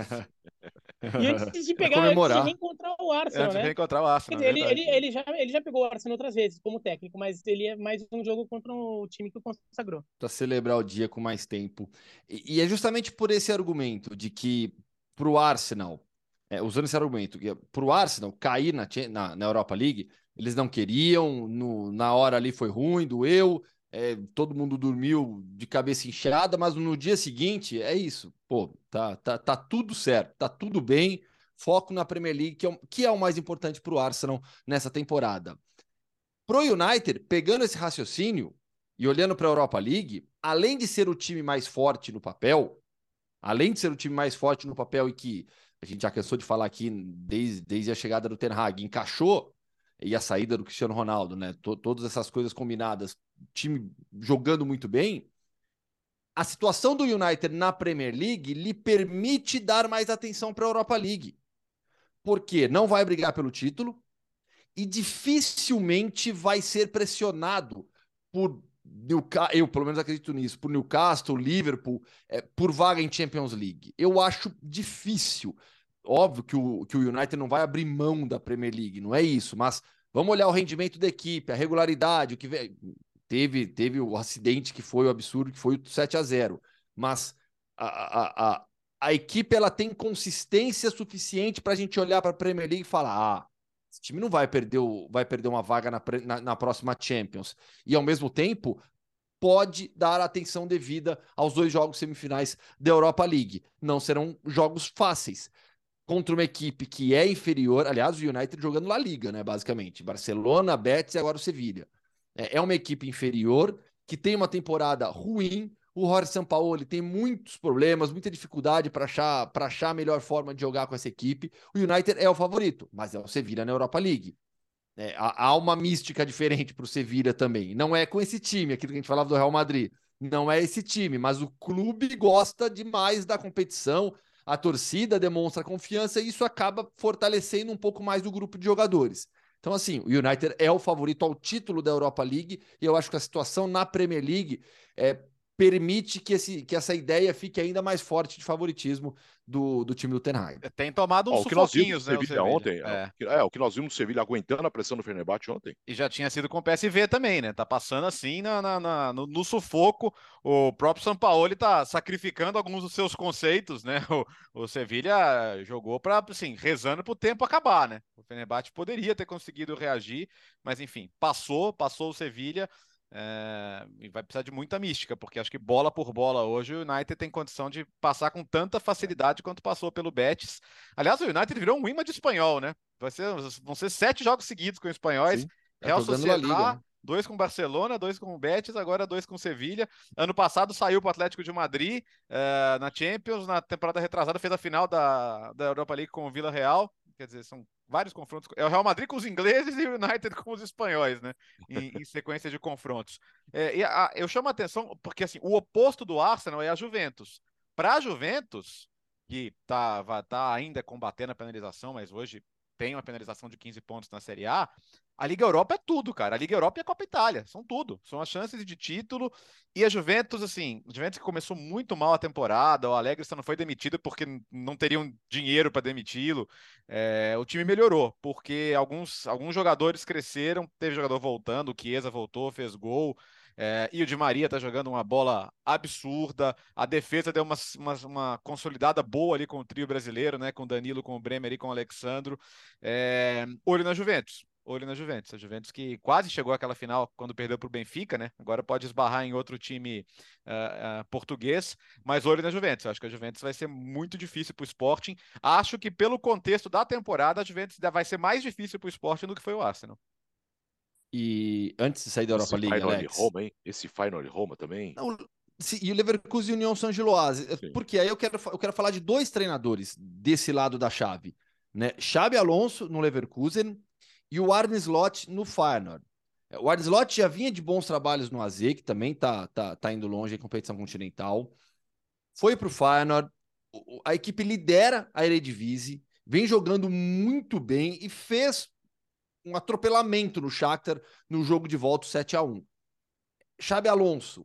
E antes de pegar, antes de reencontrar o Arsenal, antes né? de reencontrar o Arsenal, Quer dizer, é ele, ele, ele, já, ele já pegou o Arsenal outras vezes como técnico, mas ele é mais um jogo contra o time que o consagrou. Para celebrar o dia com mais tempo. E, e é justamente por esse argumento de que para o Arsenal, é, usando esse argumento, que para o Arsenal cair na, na, na Europa League, eles não queriam, no, na hora ali foi ruim, doeu, é, todo mundo dormiu de cabeça inchada, mas no dia seguinte é isso. Pô, tá, tá, tá tudo certo, tá tudo bem, foco na Premier League, que é, o, que é o mais importante para o Arsenal nessa temporada. Pro United, pegando esse raciocínio e olhando para a Europa League, além de ser o time mais forte no papel, além de ser o time mais forte no papel e que a gente já cansou de falar aqui desde, desde a chegada do Ten Hag, encaixou, e a saída do Cristiano Ronaldo, né? T- todas essas coisas combinadas, time jogando muito bem, a situação do United na Premier League lhe permite dar mais atenção para a Europa League. Porque não vai brigar pelo título e dificilmente vai ser pressionado por Newcastle, eu pelo menos acredito nisso, por Newcastle, Liverpool, é, por vaga em Champions League. Eu acho difícil. Óbvio que o, que o United não vai abrir mão da Premier League, não é isso, mas vamos olhar o rendimento da equipe, a regularidade, o que vem. Teve, teve o acidente que foi o absurdo, que foi o sete a zero, mas a, a, a, a equipe ela tem consistência suficiente para a gente olhar para a Premier League e falar: ah, esse time não vai perder, o, vai perder uma vaga na, na, na próxima Champions. E, ao mesmo tempo, pode dar atenção devida aos dois jogos semifinais da Europa League. Não serão jogos fáceis. Contra uma equipe que é inferior, aliás, o United jogando La Liga, né, basicamente. Barcelona, Betis e agora o Sevilla. É, é uma equipe inferior, que tem uma temporada ruim. O Jorge Sampaoli tem muitos problemas, muita dificuldade para achar, para achar a melhor forma de jogar com essa equipe. O United é o favorito, mas é o Sevilla na Europa League. É, há uma mística diferente para o Sevilla também. Não é com esse time, aquilo que a gente falava do Real Madrid. Não é esse time, mas o clube gosta demais da competição, a torcida demonstra confiança e isso acaba fortalecendo um pouco mais o grupo de jogadores. Então, assim, o United é o favorito ao título da Europa League e eu acho que a situação na Premier League é, permite que, esse, que essa ideia fique ainda mais forte de favoritismo do, do time do Ten Hag. Tem tomado uns Ó, o que nós vimos sufoquinhos, no né, o Sevilla Sevilla. ontem, É. é. é, o que nós vimos no Sevilla aguentando a pressão do Fenerbahçe ontem. E já tinha sido com o P S V também, né? Tá passando assim na, na, na, no, no sufoco. O próprio Sampaoli tá sacrificando alguns dos seus conceitos, né? O, o Sevilla jogou para, assim, rezando pro tempo acabar, né? O Fenerbahçe poderia ter conseguido reagir, mas enfim, passou, passou o Sevilla. É, e vai precisar de muita mística, porque acho que bola por bola hoje o United tem condição de passar com tanta facilidade quanto passou pelo Betis. Aliás, o United virou um imã de espanhol, né? Vai ser, vão ser sete jogos seguidos com espanhóis. Sim, tá Real jogando Sociedad, La Liga, né? dois com Barcelona, dois com o Betis, agora dois com o Sevilla. Ano passado saiu para o Atlético de Madrid é, na Champions, na temporada retrasada fez a final da, da Europa League com o Villarreal. Quer dizer, são vários confrontos. É o Real Madrid com os ingleses e o United com os espanhóis, né? Em, em sequência de confrontos. É, e a, eu chamo a atenção porque assim, o oposto do Arsenal é a Juventus. Para a Juventus, que tá, vai, tá ainda combatendo a penalização, mas hoje tem uma penalização de quinze pontos na Série A, a Liga Europa é tudo, cara. A Liga Europa e a Copa Itália, são tudo. São as chances de título. E a Juventus, assim, a Juventus que começou muito mal a temporada, o Allegri só não foi demitido porque não teriam dinheiro para demiti-lo. É, o time melhorou, porque alguns, alguns jogadores cresceram, teve jogador voltando, o Chiesa voltou, fez gol. É, e o Di Maria tá jogando uma bola absurda. A defesa deu uma, uma, uma consolidada boa ali com o trio brasileiro, né? Com o Danilo, com o Bremer e com o Alexandro. É, olho na Juventus. olho na Juventus. A Juventus que quase chegou àquela final quando perdeu para o Benfica, né? Agora pode esbarrar em outro time uh, uh, português, mas olho na Juventus. Eu acho que a Juventus vai ser muito difícil para o Sporting. Acho que pelo contexto da temporada, a Juventus vai ser mais difícil para o Sporting do que foi o Arsenal. E antes de sair da Europa League, Final Alex... de Roma, hein? Esse Final de Roma também? Não, e o Leverkusen e o União São Giloase. Porque aí eu quero, eu quero falar de dois treinadores desse lado da chave, né? Xabi Alonso no Leverkusen e o Arne Slot no Feyenoord. O Arne Slot já vinha de bons trabalhos no A Z, que também tá, tá, tá indo longe em competição continental. Foi pro Feyenoord. A equipe lidera a Eredivisie, vem jogando muito bem e fez um atropelamento no Shakhtar no jogo de volta sete a um. Xabi Alonso,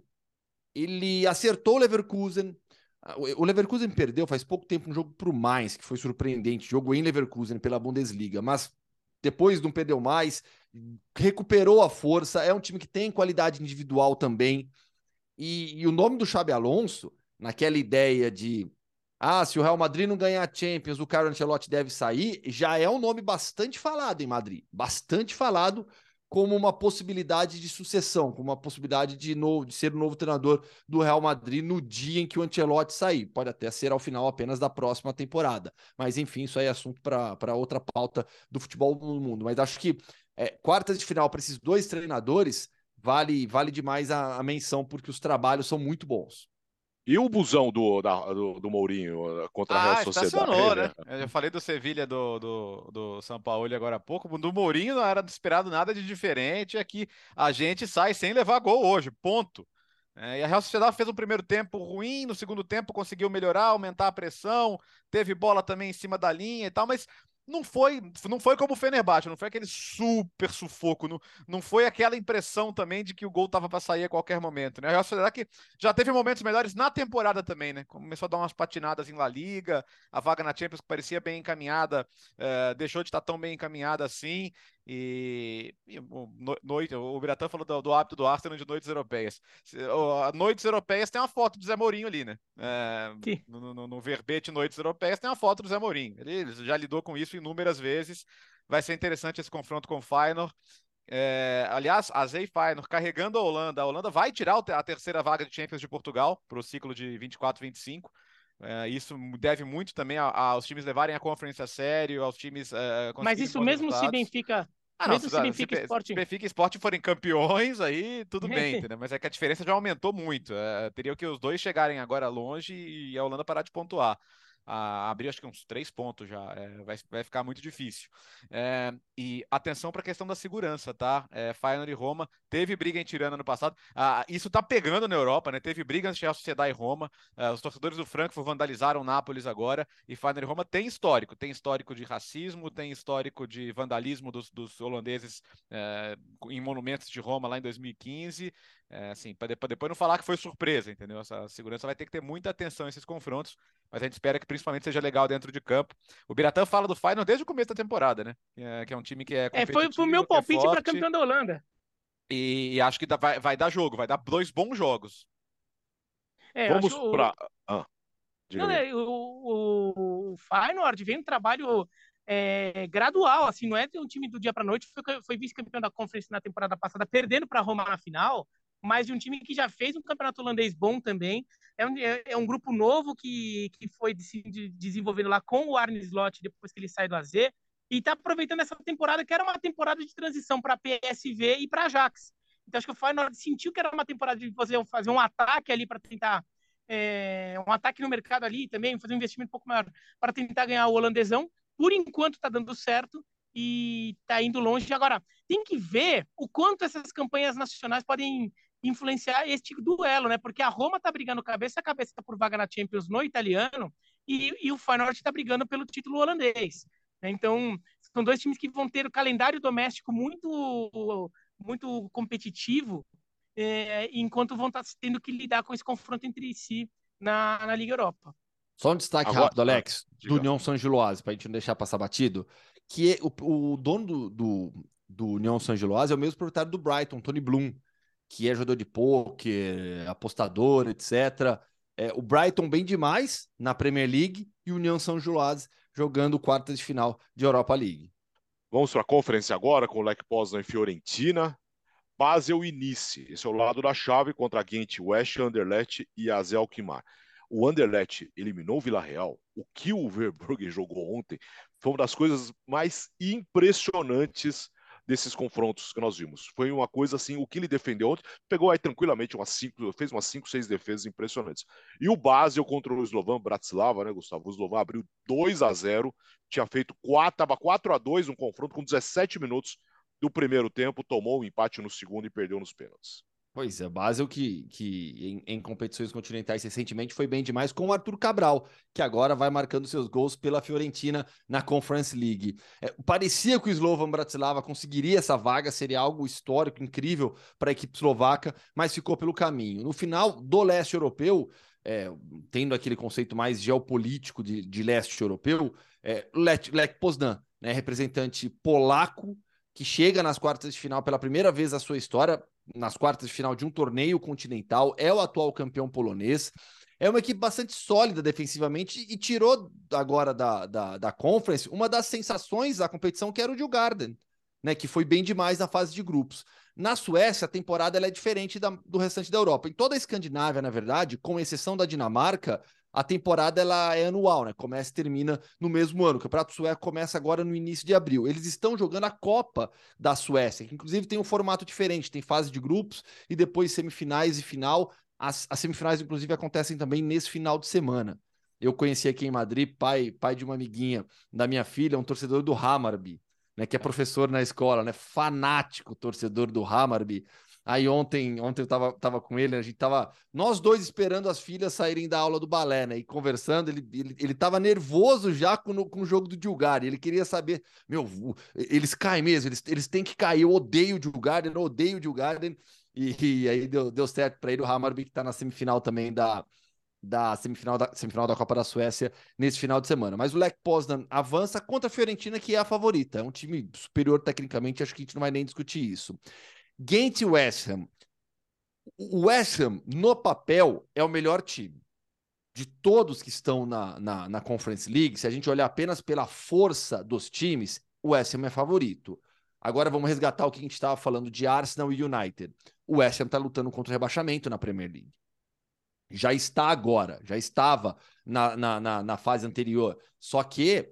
ele acertou o Leverkusen. O Leverkusen perdeu faz pouco tempo um jogo para o Mainz, que foi surpreendente. Jogo em Leverkusen pela Bundesliga, mas depois não perdeu mais, recuperou a força. É um time que tem qualidade individual também. E, e o nome do Xabi Alonso, naquela ideia de ah, se o Real Madrid não ganhar a Champions, o Carlo Ancelotti deve sair, já é um nome bastante falado em Madrid. Bastante falado como uma possibilidade de sucessão, como uma possibilidade de, novo, de ser o novo treinador do Real Madrid no dia em que o Ancelotti sair. Pode até ser ao final apenas da próxima temporada. Mas, enfim, isso aí é assunto para outra pauta do futebol no mundo. Mas acho que é, quartas de final para esses dois treinadores vale, vale demais a, a menção, porque os trabalhos são muito bons. E o busão do, da, do, do Mourinho contra a Real ah, Sociedade? Estacionou, né? Eu já falei do Sevilha do, do, do São Paulo agora há pouco. Do Mourinho não era esperado nada de diferente. É que a gente sai sem levar gol hoje, ponto. É, e a Real Sociedade fez um primeiro tempo ruim, no segundo tempo conseguiu melhorar, aumentar a pressão, teve bola também em cima da linha e tal, mas não foi, não foi como o Fenerbahçe, não foi aquele super sufoco, não, não foi aquela impressão também de que o gol tava para sair a qualquer momento, né? A Real Sociedade que já teve momentos melhores na temporada também, né? Começou a dar umas patinadas em La Liga, a vaga na Champions que parecia bem encaminhada, é, deixou de estar tão bem encaminhada assim. E, e o, noite, o Biratã falou do, do hábito do Arsenal de noites europeias. Noites europeias tem uma foto do Zé Mourinho ali, né? É, no, no, no verbete Noites Europeias tem uma foto do Zé Mourinho. Ele, ele já lidou com isso inúmeras vezes. Vai ser interessante esse confronto com o Feyenoord. É, aliás, a Z e Feyenoord carregando a Holanda. A Holanda vai tirar a terceira vaga de Champions de Portugal para o ciclo de vinte e quatro vinte e cinco. É, isso deve muito também a, a, aos times levarem a Conference a sério, aos times é, Mas isso mesmo se Benfica... Ah, mesmo não, se, se Benfica se, Sport... se Benfica e Sport forem campeões, aí tudo bem, entendeu? Mas é que a diferença já aumentou muito. É, teria que os dois chegarem agora longe e a Holanda parar de pontuar. A, abrir acho que uns três pontos já, é, vai, vai ficar muito difícil. É, e atenção para a questão da segurança, tá? É, Feyenoord e Roma, teve briga em Tirana no passado, ah, isso tá pegando na Europa, né? Teve briga entre a Sociedade e Roma, ah, os torcedores do Frankfurt vandalizaram Nápoles agora, e Feyenoord e Roma tem histórico, tem histórico de racismo, tem histórico de vandalismo dos, dos holandeses é, em monumentos de Roma lá em dois mil e quinze, é, assim, para depois, depois não falar que foi surpresa, entendeu? Essa segurança vai ter que ter muita atenção nesses confrontos, mas a gente espera que principalmente seja legal dentro de campo. O Biratã fala do Feyenoord desde o começo da temporada, né? É, que é um time que é competitivo, é, foi o meu palpite é para campeão da Holanda. E, e acho que dá, vai, vai dar jogo, vai dar dois bons jogos. É, Vamos acho... para... Ah, Não, é, o, o, o Feyenoord vem um trabalho é, gradual, assim, não é um time do dia para noite, foi, foi vice-campeão da Conference na temporada passada, perdendo para a Roma na final, mas de um time que já fez um campeonato holandês bom também. É um, é, é um grupo novo que, que foi se de, desenvolvendo lá com o Arne Slot depois que ele sai do A Z, e está aproveitando essa temporada, que era uma temporada de transição para P S V e para Ajax. Então acho que o Feyenoord sentiu que era uma temporada de fazer, fazer um ataque ali para tentar é, um ataque no mercado ali também, fazer um investimento um pouco maior para tentar ganhar o holandesão. Por enquanto está dando certo e está indo longe. Agora, tem que ver o quanto essas campanhas nacionais podem influenciar este duelo, né? Porque a Roma está brigando cabeça a cabeça por vaga na Champions no italiano e, e o Feyenoord está brigando pelo título holandês. Então, são dois times que vão ter o calendário doméstico muito, muito competitivo, é, enquanto vão estar tendo que lidar com esse confronto entre si na, na Liga Europa. Só um destaque Agora, rápido, Alex, ah, do União São Giloase, para a gente não deixar passar batido, que é o, o dono do, do, do União São Giloase é o mesmo proprietário do Brighton, Tony Bloom, que é jogador de pôquer, apostador, etcétera. É, o Brighton bem demais na Premier League e o União São Giloase jogando quartas de final de Europa League. Vamos para a conferência agora com o Lech Poznan e Fiorentina. Basel e Nice. Esse é o lado da chave contra Gent, West, Anderlecht e A Z Alkmaar. O Anderlecht eliminou o Villarreal. O que o Verbrugge jogou ontem foi uma das coisas mais impressionantes desses confrontos que nós vimos. Foi uma coisa assim, o que ele defendeu ontem, pegou aí tranquilamente umas cinco, fez umas cinco, seis defesas impressionantes. E o Basel contra o Slovan Bratislava, né, Gustavo? O Slovan abriu dois a zero, tinha feito quatro, tava quatro a dois, um confronto com dezessete minutos do primeiro tempo, tomou um empate no segundo e perdeu nos pênaltis. Pois é, Basel que, que em, em competições continentais recentemente foi bem demais com o Arthur Cabral, que agora vai marcando seus gols pela Fiorentina na Conference League. É, parecia que o Slovan Bratislava conseguiria essa vaga, seria algo histórico, incrível para a equipe eslovaca, mas ficou pelo caminho. No final do leste europeu, é, tendo aquele conceito mais geopolítico de, de leste europeu, é, Lech, Lech Poznan, né, representante polaco, que chega nas quartas de final pela primeira vez na sua história, nas quartas de final de um torneio continental, é o atual campeão polonês, é uma equipe bastante sólida defensivamente e tirou agora da, da, da Conference uma das sensações da competição, que era o Djurgården, né, que foi bem demais na fase de grupos. Na Suécia, a temporada ela é diferente da, do restante da Europa. Em toda a Escandinávia, na verdade, com exceção da Dinamarca, a temporada ela é anual, né? Começa e termina no mesmo ano. O Campeonato Sueco começa agora no início de abril. Eles estão jogando a Copa da Suécia, que inclusive tem um formato diferente, tem fase de grupos e depois semifinais e final. As, as semifinais, inclusive, acontecem também nesse final de semana. Eu conheci aqui em Madrid, pai, pai de uma amiguinha da minha filha, um torcedor do Hammarby, né? Que é professor na escola, né? Fanático torcedor do Hammarby. Aí ontem, ontem eu tava, tava com ele, a gente tava, nós dois esperando as filhas saírem da aula do balé, né, e conversando, ele, ele, ele tava nervoso já com, com o jogo do Djurgården, ele queria saber, meu, eles caem mesmo, eles, eles têm que cair, eu odeio o Djurgården, eu odeio o Djurgården, e, e aí deu, deu certo para ele, o Hammarby que tá na semifinal também da, da, semifinal da semifinal da Copa da Suécia nesse final de semana. Mas o Lech Poznan avança contra a Fiorentina, que é a favorita, é um time superior tecnicamente, acho que a gente não vai nem discutir isso. Gent e West Ham. O West Ham, no papel, é o melhor time. De todos que estão na, na, na Conference League, se a gente olhar apenas pela força dos times, o West Ham é favorito. Agora vamos resgatar o que a gente estava falando de Arsenal e United. O West Ham está lutando contra o rebaixamento na Premier League. Já está agora, já estava na, na, na, na fase anterior. Só que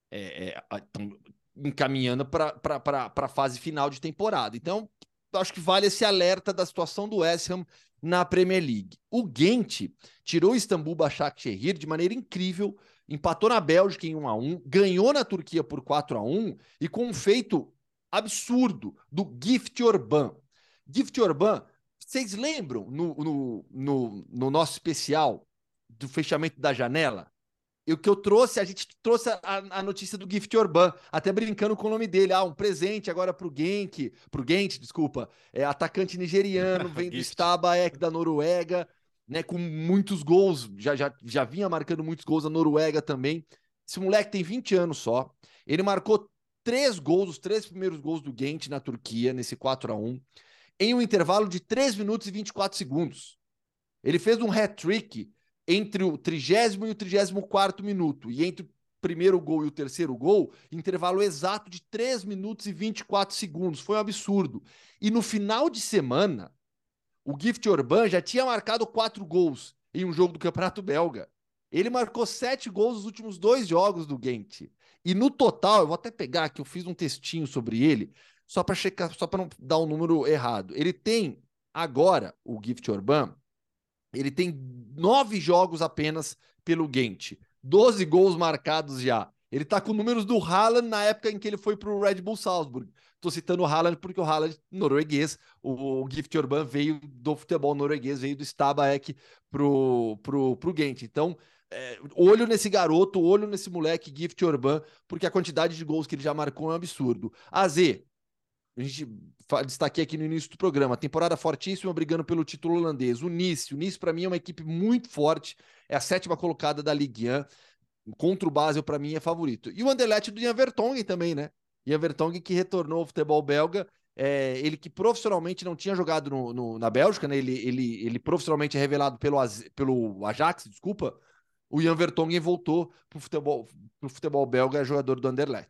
é, é, encaminhando para a fase final de temporada. Então, acho que vale esse alerta da situação do West Ham na Premier League. O Gent tirou o Istambul Başakşehir de maneira incrível, empatou na Bélgica em um a um, ganhou na Turquia por quatro a um e com um feito absurdo do Gift Orban. Gift Orban, vocês lembram no, no, no, no nosso especial do fechamento da janela? E o que eu trouxe, a gente trouxe a, a notícia do Gift Orban, até brincando com o nome dele. Ah, um presente agora pro Genk, pro Gent, desculpa, é atacante nigeriano, vem do Staba Ek da Noruega, né, com muitos gols, já, já, já vinha marcando muitos gols na Noruega também. Esse moleque tem vinte anos só, ele marcou três gols, os três primeiros gols do Gent na Turquia, nesse quatro a um, em um intervalo de três minutos e vinte e quatro segundos. Ele fez um hat-trick entre o trigésimo e o trigésimo quarto minuto, e entre o primeiro gol e o terceiro gol, intervalo exato de três minutos e vinte e quatro segundos. Foi um absurdo. E no final de semana, o Gift Orban já tinha marcado quatro gols em um jogo do Campeonato Belga. Ele marcou sete gols nos últimos dois jogos do Gent. E no total, eu vou até pegar aqui, eu fiz um textinho sobre ele, só para checar, só para não dar um número errado. Ele tem agora, o Gift Orban, ele tem nove jogos apenas pelo Gent. doze gols marcados já. Ele tá com números do Haaland na época em que ele foi pro Red Bull Salzburg. Tô citando o Haaland porque o Haaland, norueguês, o Gift Orban veio do futebol norueguês, veio do Staba Ek pro, pro, pro Gent. Então, é, olho nesse garoto, olho nesse moleque Gift Orban, porque a quantidade de gols que ele já marcou é um absurdo. A Z, a gente destaquei aqui no início do programa, temporada fortíssima, brigando pelo título holandês. O Nice, o Nice para mim é uma equipe muito forte, é a sétima colocada da Ligue um, contra o Basel para mim é favorito. E o Anderlecht do Jan Vertonghen também, né? Jan Vertonghen que retornou ao futebol belga, é, ele que profissionalmente não tinha jogado no, no, na Bélgica, né? Ele, ele, ele profissionalmente é revelado pelo, pelo Ajax, desculpa. O Jan Vertonghen voltou pro futebol, pro futebol belga, é jogador do Anderlecht.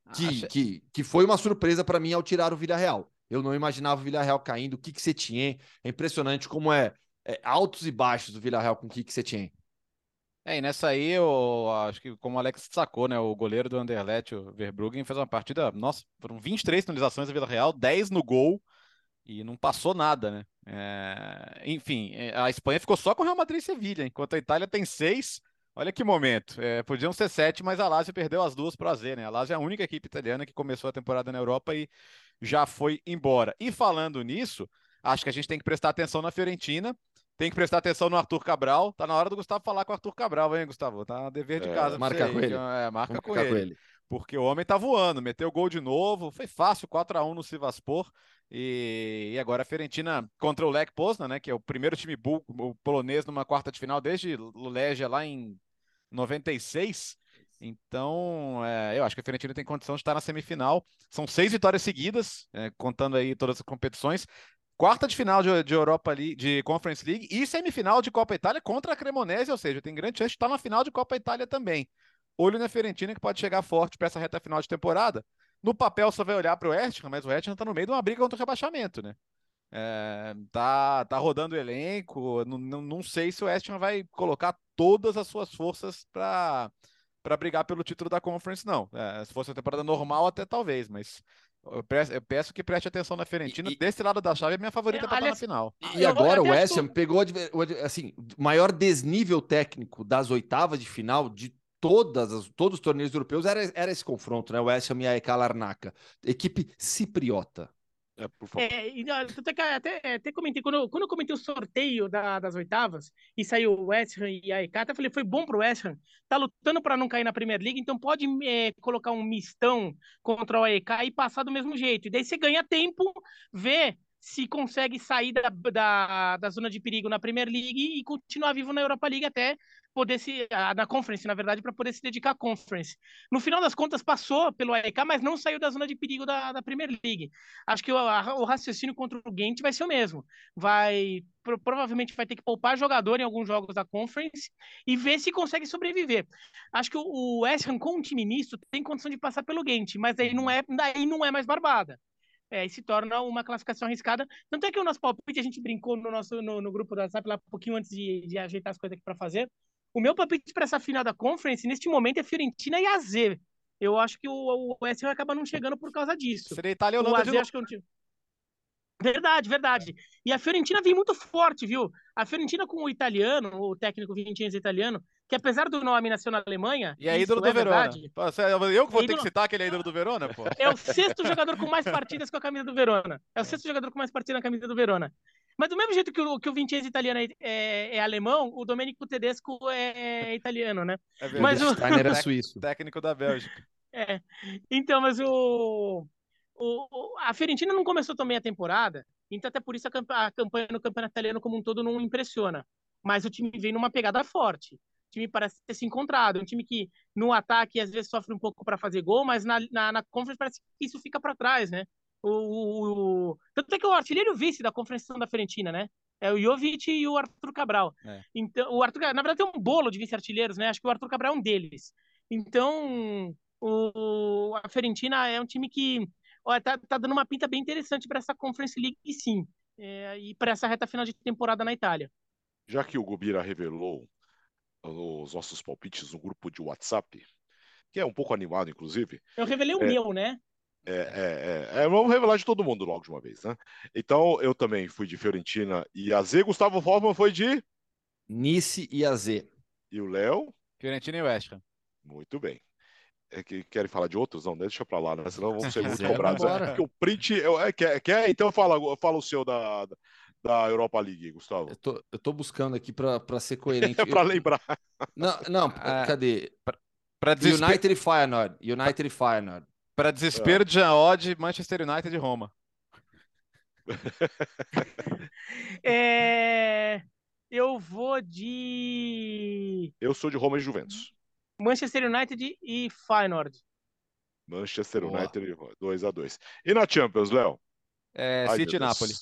que, Acha... que, que foi uma surpresa para mim ao tirar o Villarreal. Eu não imaginava o Villarreal caindo. O Kik Setien, é impressionante como é, é altos e baixos do Villarreal com o Kik Setien. É, e nessa aí, eu acho que como o Alex sacou, né? O goleiro do Anderlecht, o Verbruggen, fez uma partida. Nossa, foram vinte e três finalizações da Vila Real, dez no gol e não passou nada, né? É, enfim, é, a Espanha ficou só com o Real Madrid e Sevilha, enquanto a Itália tem seis. Olha que momento. É, podiam ser sete, mas a Lazio perdeu as duas para a Z, né? A Lazio é a única equipe italiana que começou a temporada na Europa e já foi embora. E falando nisso, acho que a gente tem que prestar atenção na Fiorentina. Tem que prestar atenção no Arthur Cabral. Tá na hora do Gustavo falar com o Arthur Cabral, hein, Gustavo? Tá dever de casa É, pra você Marcar com aí. Que, ele. é, marca Vamos com marcar ele. com ele. Porque o homem tá voando, meteu gol de novo. Foi fácil, quatro a um no Sivasspor. E, e agora a Fiorentina contra o Lech Poznan, né? Que é o primeiro time bul- o polonês numa quarta de final desde o Legia lá em noventa e seis. Então, é, eu acho que a Fiorentina tem condição de estar na semifinal. São seis vitórias seguidas, é, contando aí todas as competições. Quarta de final de, de Europa League, de Conference League e semifinal de Copa Itália contra a Cremonese, ou seja, tem grande chance de estar na final de Copa Itália também. Olho na Fiorentina que pode chegar forte para essa reta final de temporada. No papel só vai olhar para o West Ham, mas o West Ham está no meio de uma briga contra o rebaixamento, né? É, tá, tá rodando o elenco. Não, não, não sei se o West Ham vai colocar todas as suas forças para para brigar pelo título da Conference, não. É, se fosse uma temporada normal, até talvez, mas eu peço, eu peço que preste atenção na Fiorentina. E, e, Desse lado da chave, é minha favorita É, para estar na aliás, final. e eu, eu agora o até acho West que Ham pegou o adver- o adver- assim, o maior desnível técnico das oitavas de final de todas as, todos os torneios europeus era, era esse confronto, né? O West Ham e a E K Larnaca. Equipe cipriota. é, por favor. É, e, ó, tanto é que até, até comentei, quando, eu- quando eu comentei o sorteio da- das oitavas, e saiu o West Ham e a E K, até falei, foi bom pro West Ham, tá lutando para não cair na Premier League, então pode é, colocar um mistão contra o A E K e passar do mesmo jeito. E daí você ganha tempo, vê se consegue sair da, da, da zona de perigo na Premier League e continuar vivo na Europa League até poder se, ah, na Conference, na verdade, para poder se dedicar à Conference. No final das contas, passou pelo A E K, mas não saiu da zona de perigo da, da Premier League. Acho que o, a, o raciocínio contra o Ghent vai ser o mesmo. Vai pro, provavelmente vai ter que poupar jogador em alguns jogos da Conference e ver se consegue sobreviver. Acho que o, o West Ham com um time misto tem condição de passar pelo Ghent, mas daí não é, daí não é mais barbada. É, e se torna uma classificação arriscada. Tanto é que o nosso palpite, a gente brincou no nosso no, no grupo do WhatsApp lá um pouquinho antes de, de ajeitar as coisas aqui para fazer. O meu palpite para essa final da Conference, neste momento, é Fiorentina e A Z. Eu acho que o, o West Ham acaba não chegando por causa disso. Seria Itália e O Holanda A de Z novo. acho que é um time. Verdade, verdade. E a Fiorentina vem muito forte, viu? A Fiorentina com o italiano, o técnico Vincenzo italiano, que apesar do nome nasceu na Alemanha, E é ídolo isso do é Verona. verdade. Pô, você- Eu que vou É ter que ídolo, citar que ele é ídolo do Verona, pô. é o sexto jogador com mais partidas com a camisa do Verona. É o sexto jogador com mais partidas na camisa do Verona. Mas do mesmo jeito que o, que o Vincenzo italiano é, é, é alemão, o Domenico Tedesco é, é italiano, né? É E o Mas o, verdade. Steiner era Tec- suíço. Técnico da Bélgica. é, então, mas o, o, a Fiorentina não começou também a temporada, então até por isso a, camp a campanha no campeonato italiano como um todo não impressiona. Mas o time vem numa pegada forte. O time parece ter se encontrado. Um time que no ataque às vezes sofre um pouco para fazer gol, mas na, na, na Conference parece que isso fica para trás, né? O, o, o, tanto é que o artilheiro vice da Conference da Fiorentina, né? É o Jovic e o Arthur Cabral. É. Então, o Arthur, na verdade, tem um bolo de vice-artilheiros, né? Acho que o Arthur Cabral é um deles. Então, o, a Fiorentina é um time que ó, tá, tá dando uma pinta bem interessante para essa Conference League, sim, é, e para essa reta final de temporada na Itália. Já que o Gubira revelou os nossos palpites no grupo de WhatsApp, que é um pouco animado, inclusive. Eu revelei o é, meu, né? É, é, é, é, vamos revelar de todo mundo logo de uma vez, né? Então, eu também fui de Fiorentina e A Z. Gustavo Hoffman foi de Nice e A Z. E o Léo? Fiorentina e West Ham. Muito bem. É que querem falar de outros? Não, deixa pra lá, né? Senão vão ser muito quiser, cobrados. vambora. Porque o print. Eu, é, quer, quer? Então fala, fala o seu da, da Europa League, Gustavo. Eu tô, eu tô buscando aqui pra, pra ser coerente. É pra lembrar. Não, não, Ah, cadê? Pra desesper... United e Feyenoord. United e Feyenoord. Para desespero de Jean Odd, Manchester United e Roma. É... Eu vou de Eu sou de Roma e Juventus. Manchester United e Feyenoord. Manchester Boa. United dois a dois. E na Champions, Léo? É, Ai, City e meu Deus. Napoli.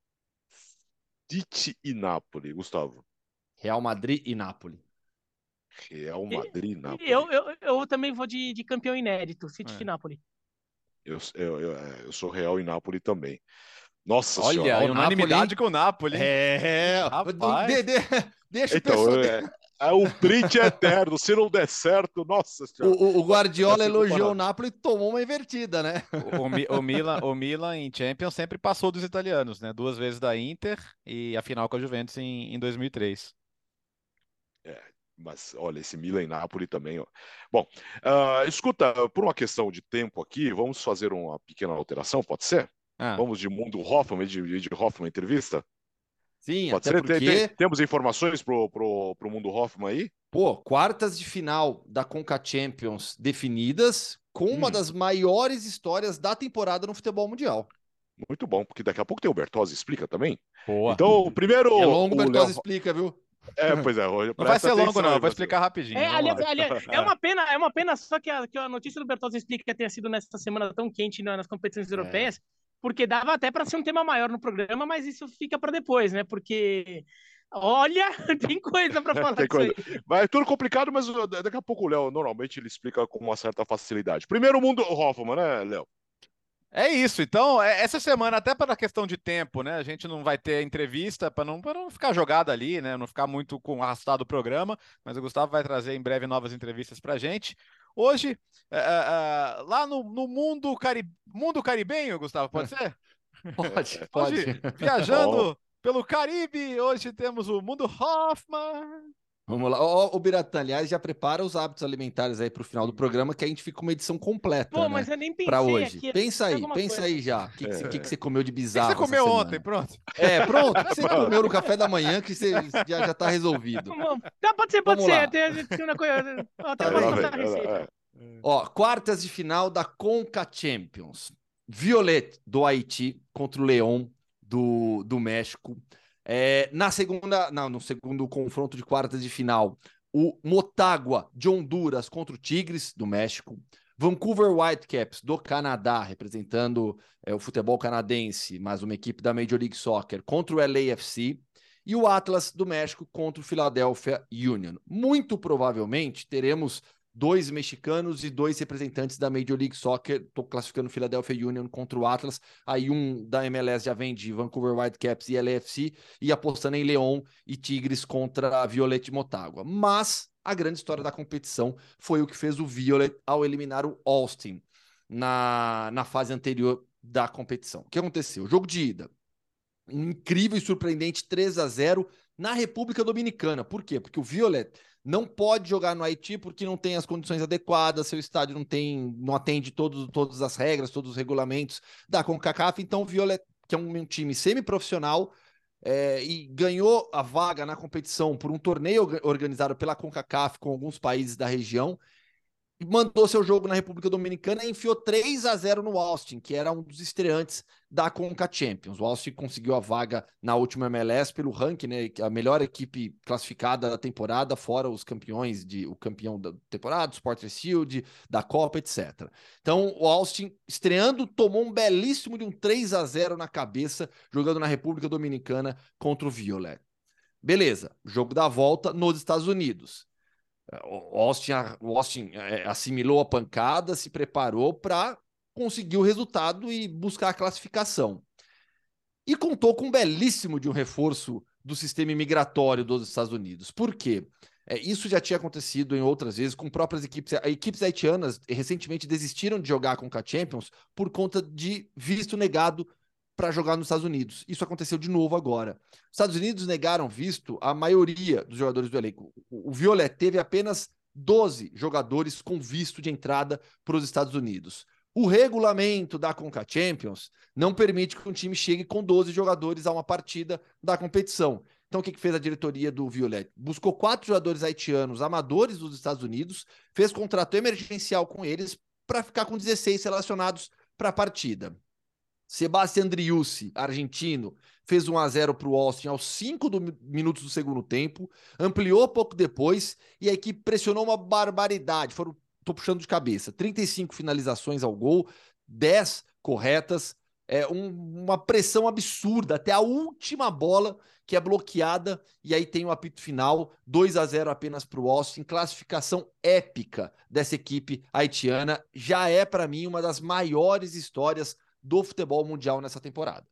City e Napoli, Gustavo. Real Madrid e Napoli. Real Madrid, Napoli. Eu, eu, eu também vou de, de campeão inédito, City É. e Napoli. Eu, eu, eu, eu sou Real e Napoli também. Nossa Olha, senhora. e o Unanimidade Napoli, com o Napoli. É, Rapaz. de, de, deixa Então, o pessoal... é, é um print eterno. Se não der certo, nossa senhora. O, o Guardiola Essa elogiou o comparação. Napoli e tomou uma invertida, né? O, o, Mi- o Milan, o Milan em Champions sempre passou dos italianos, né? Duas vezes da Inter e a final com a Juventus em, em dois mil e três. É, mas olha, esse Milan e Napoli também. Ó. Bom, ah, escuta, por uma questão de tempo aqui, vamos fazer uma pequena alteração, pode ser? Ah, Vamos de Mundo Hoffman, de, de Hoffman entrevista? Sim, Pode até ser? Tem- tem- porque, temos informações pro, pro, pro Mundo Hoffman aí? pô, quartas de final da Conca Champions definidas com uma Hum. das maiores histórias da temporada no futebol mundial. Muito bom, porque daqui a pouco tem o Bertozzi, explica também. boa. Então, primeiro. É longo, o o Bertozzi Léo... explica, viu? É, pois é, Roger, Não vai presta ser longo, atenção não. aí, Eu vou Brasil. explicar rapidinho. É, Vamos aliás, lá. aliás, é uma pena, é uma pena só que a, que a notícia do Bertozzi explica tenha sido nessa semana tão quente na- nas competições europeias, porque dava até para ser um tema maior no programa, mas isso fica para depois, né? Porque olha, tem coisa para falar Tem disso coisa. aí. Vai é tudo complicado, mas uh, daqui a pouco o Léo normalmente ele explica com uma certa facilidade. Primeiro mundo Hoffman, né, Léo? É isso. Então, é- essa semana, até pela questão de tempo, né? A gente não vai ter entrevista para não, pra não ficar jogado ali, né? Não ficar muito com arrastado o programa. Mas o Gustavo vai trazer em breve novas entrevistas para gente. Hoje, é, é, é, lá no, no mundo, cari... mundo caribenho, Gustavo, pode ser? Pode, pode. Hoje, viajando pelo Caribe, hoje temos o Mundo Hoffman. Vamos lá. Ó, o Biratã, aliás, já prepara os hábitos alimentares aí pro final do programa, que a gente fica com uma edição completa, Pô, né? mas eu nem pensei Pra hoje. aqui. Pensa aí, alguma pensa coisa. aí já. O que, que, você- que que você comeu de O que que bizarro você comeu essa ontem? semana? Pronto. É, pronto. O que você comeu no café da manhã que você já, já tá resolvido. Vamos- Tá, pode ser, pode Vamos ser. lá. Até, tem uma coisa, até Tá posso bem. passar a receita. É, Ó, quartas de final da Conca Champions. Violet do Haiti contra o Leão do, do México. É, na segunda, não, no segundo confronto de quartas de final, o Motagua de Honduras contra o Tigres do México. Vancouver Whitecaps do Canadá, representando é, o futebol canadense, mas uma equipe da Major League Soccer, contra o L A F C. E o Atlas do México contra o Philadelphia Union. Muito provavelmente teremos dois mexicanos e dois representantes da Major League Soccer. Estou classificando o Philadelphia Union contra o Atlas. Aí um da M L S já vem de Vancouver Whitecaps e L A F C, e apostando em Leão e Tigres contra a Violet Motagua. Mas a grande história da competição foi o que fez o Violet ao eliminar o Austin na, na fase anterior da competição. O que aconteceu? Jogo de ida. Um incrível e surpreendente três a zero na República Dominicana. Por quê? Porque o Violet não pode jogar no Haiti porque não tem as condições adequadas, seu estádio não tem, não atende todos, todas as regras, todos os regulamentos da CONCACAF. Então o Violet, que é um, um time semiprofissional, é, e ganhou a vaga na competição por um torneio organizado pela CONCACAF com alguns países da região, mandou seu jogo na República Dominicana e enfiou três a zero no Austin, que era um dos estreantes da Conca Champions. O Austin conseguiu a vaga na última M L S pelo ranking, né, a melhor equipe classificada da temporada, fora os campeões, de, o campeão da temporada, o Sports Shield, da Copa, etcétera. Então, o Austin, estreando, tomou um belíssimo de um três a zero na cabeça, jogando na República Dominicana contra o Violet. Beleza, jogo da volta nos Estados Unidos. O Austin, o Austin assimilou a pancada, se preparou para conseguir o resultado e buscar a classificação. E contou com um belíssimo de um reforço do sistema imigratório dos Estados Unidos. Por quê? É, isso já tinha acontecido em outras vezes com próprias equipes. Equipes haitianas recentemente desistiram de jogar com a Champions por conta de visto negado para jogar nos Estados Unidos. Isso aconteceu de novo agora. Os Estados Unidos negaram visto a maioria dos jogadores do elenco. O Violet teve apenas doze jogadores com visto de entrada para os Estados Unidos. O regulamento da Conca Champions não permite que um time chegue com doze jogadores a uma partida da competição. Então, o que, que fez a diretoria do Violet? Buscou quatro jogadores haitianos amadores dos Estados Unidos, fez contrato emergencial com eles para ficar com dezesseis relacionados para a partida. Sebastián Driussi, argentino, fez um a zero para o Austin aos cinco do, minutos do segundo tempo, ampliou pouco depois e a equipe pressionou uma barbaridade. Foram, tô puxando de cabeça, trinta e cinco finalizações ao gol, dez corretas, é, um, uma pressão absurda até a última bola que é bloqueada, e aí tem o apito final, dois a zero apenas para o Austin, classificação épica dessa equipe haitiana, já é para mim uma das maiores histórias do futebol mundial nessa temporada.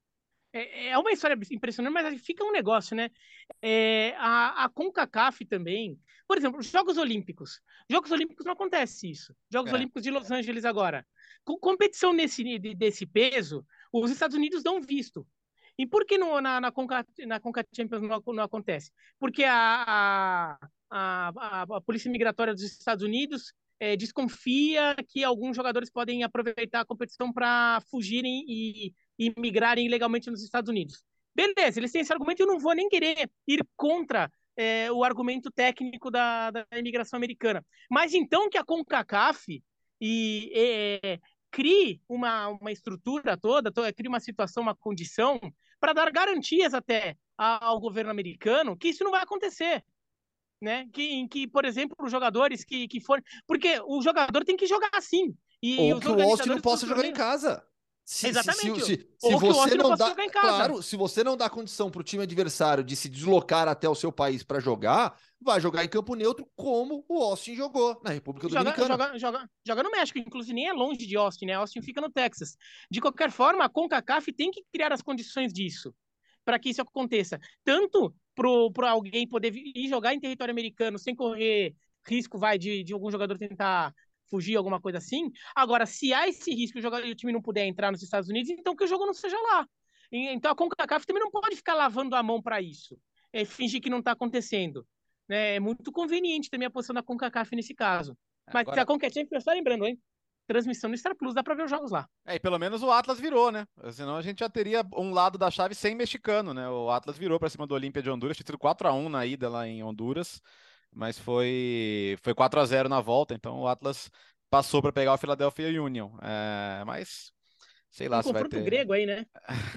É, é uma história impressionante, mas fica um negócio, né? É, a, a CONCACAF também, por exemplo, os Jogos Olímpicos. Jogos Olímpicos não acontece isso. Jogos É. Olímpicos de Los Angeles agora. Com competição nesse, desse peso, os Estados Unidos dão visto. E por que no, na, na, Conca, na Conca Champions não, não acontece? Porque a, a, a, a Polícia Migratória dos Estados Unidos é, desconfia que alguns jogadores podem aproveitar a competição para fugirem e, e migrarem ilegalmente nos Estados Unidos. Beleza, eles têm esse argumento e eu não vou nem querer ir contra é, o argumento técnico da, da imigração americana. Mas então que a CONCACAF e, é, crie uma, uma estrutura toda, crie uma situação, uma condição para dar garantias até ao governo americano que isso não vai acontecer. Né? Que, em que, por exemplo, os jogadores que, que forem. Porque o jogador tem que jogar assim. E Ou os que o Austin não possa jogar em casa. Se, Exatamente. Se, se, se, Ou se que você o não, não possa dá, jogar em casa. Claro, se você não dá condição para o time adversário de se deslocar até o seu país para jogar, vai jogar em campo neutro como o Austin jogou na República joga, Dominicana. Joga, joga, joga no México, inclusive nem é longe de Austin, né? Austin fica no Texas. De qualquer forma, a CONCACAF tem que criar as condições disso, para que isso aconteça. Tanto para alguém poder ir jogar em território americano sem correr risco vai de, de algum jogador tentar fugir, alguma coisa assim. Agora, se há esse risco e o, jogador, o time não puder entrar nos Estados Unidos, então que o jogo não seja lá. Então a CONCACAF também não pode ficar lavando a mão para isso, é, fingir que não está acontecendo. É muito conveniente também a posição da CONCACAF nesse caso. Mas Agora... a CONCACAF, eu estou lembrando, hein? Transmissão no Star Plus, dá para ver os jogos lá. É, e pelo menos o Atlas virou, né? Senão a gente já teria um lado da chave sem mexicano, né? O Atlas virou para cima do Olímpia de Honduras, tinha sido quatro a um na ida lá em Honduras, mas foi, foi quatro a zero na volta, então o Atlas passou para pegar o Philadelphia Union. É, mas sei lá um se vai ter. Confronto grego aí, né?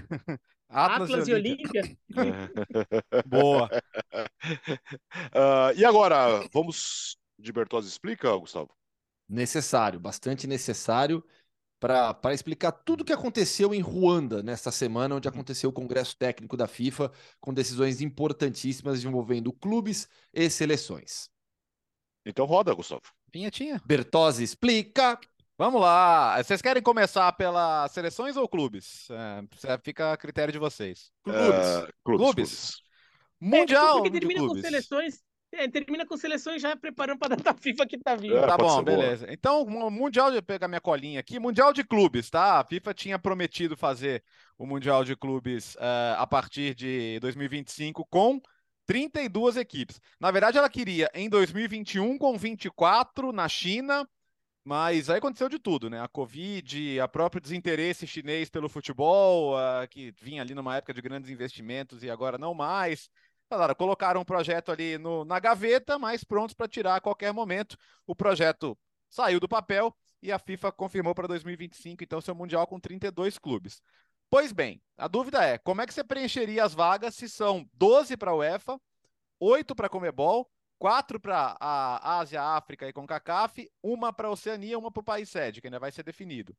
Atlas, Atlas e Olímpia. Boa. Uh, e agora, vamos de Bertozzi explica, Gustavo? Necessário, bastante necessário para explicar tudo o que aconteceu em Ruanda nesta semana, onde aconteceu o Congresso Técnico da FIFA, com decisões importantíssimas envolvendo clubes e seleções. Então roda, Gustavo. Vinhetinha. Bertozzi explica. Vamos lá. Vocês querem começar pelas seleções ou clubes? É, fica a critério de vocês. Clubes. Uh, clubes, clubes. clubes. Mundial é, porque termina de com clubes. seleções, é, termina com seleções já preparando para a data FIFA que tá vindo. É, tá bom, beleza. Boa. Então, Mundial de pegar minha colinha aqui, Mundial de clubes, tá? A FIFA tinha prometido fazer o Mundial de clubes uh, a partir de dois mil e vinte e cinco com trinta e duas equipes. Na verdade, ela queria em dois mil e vinte e um com vinte e quatro na China, mas aí aconteceu de tudo, né? A Covid, a próprio desinteresse chinês pelo futebol, uh, que vinha ali numa época de grandes investimentos e agora não mais. Falaram, colocaram um projeto ali no, na gaveta, mas prontos para tirar a qualquer momento. O projeto saiu do papel e a FIFA confirmou para dois mil e vinte e cinco, então, seu Mundial com trinta e dois clubes. Pois bem, a dúvida é, como é que você preencheria as vagas se são doze para a UEFA, oito para a Comebol, quatro para a Ásia, África e CONCACAF, uma para a Oceania, uma para o país sede, que ainda vai ser definido.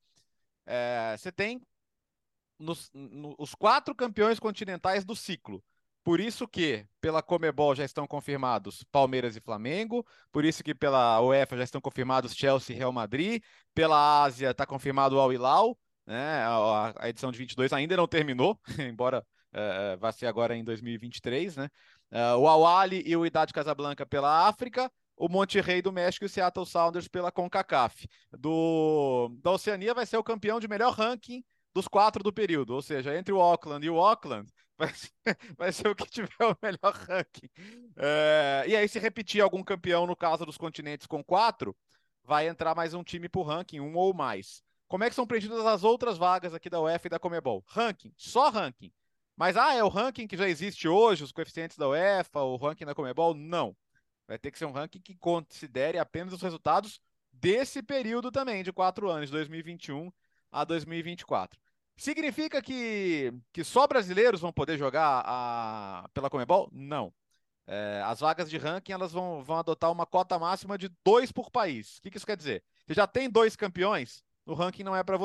É, você tem nos, no, os quatro campeões continentais do ciclo. Por isso que pela Comebol já estão confirmados Palmeiras e Flamengo, por isso que pela UEFA já estão confirmados Chelsea e Real Madrid, pela Ásia está confirmado o Al Hilal, né? a, a edição de vinte e dois ainda não terminou, embora uh, vá ser agora em dois mil e vinte e três, né? Uh, o Al Ahly e o Wydad Casablanca pela África, o Monterrey do México e o Seattle Sounders pela CONCACAF. Do, da Oceania vai ser o campeão de melhor ranking dos quatro do período, ou seja, entre o Auckland e o Auckland, vai ser, vai ser o que tiver o melhor ranking. É, e aí, se repetir algum campeão, no caso dos continentes com quatro, vai entrar mais um time por ranking, um ou mais. Como é que são preenchidas as outras vagas aqui da UEFA e da Comebol? Ranking, só ranking. Mas, ah, é o ranking que já existe hoje, os coeficientes da UEFA, o ranking da Comebol? Não. Vai ter que ser um ranking que considere apenas os resultados desse período também, de quatro anos, de dois mil e vinte e um a dois mil e vinte e quatro. Significa que, que só brasileiros vão poder jogar a, pela Comebol? Não. É, as vagas de ranking elas vão, vão adotar uma cota máxima de dois por país. O que, que isso quer dizer? Você já tem dois campeões, o ranking não é para você.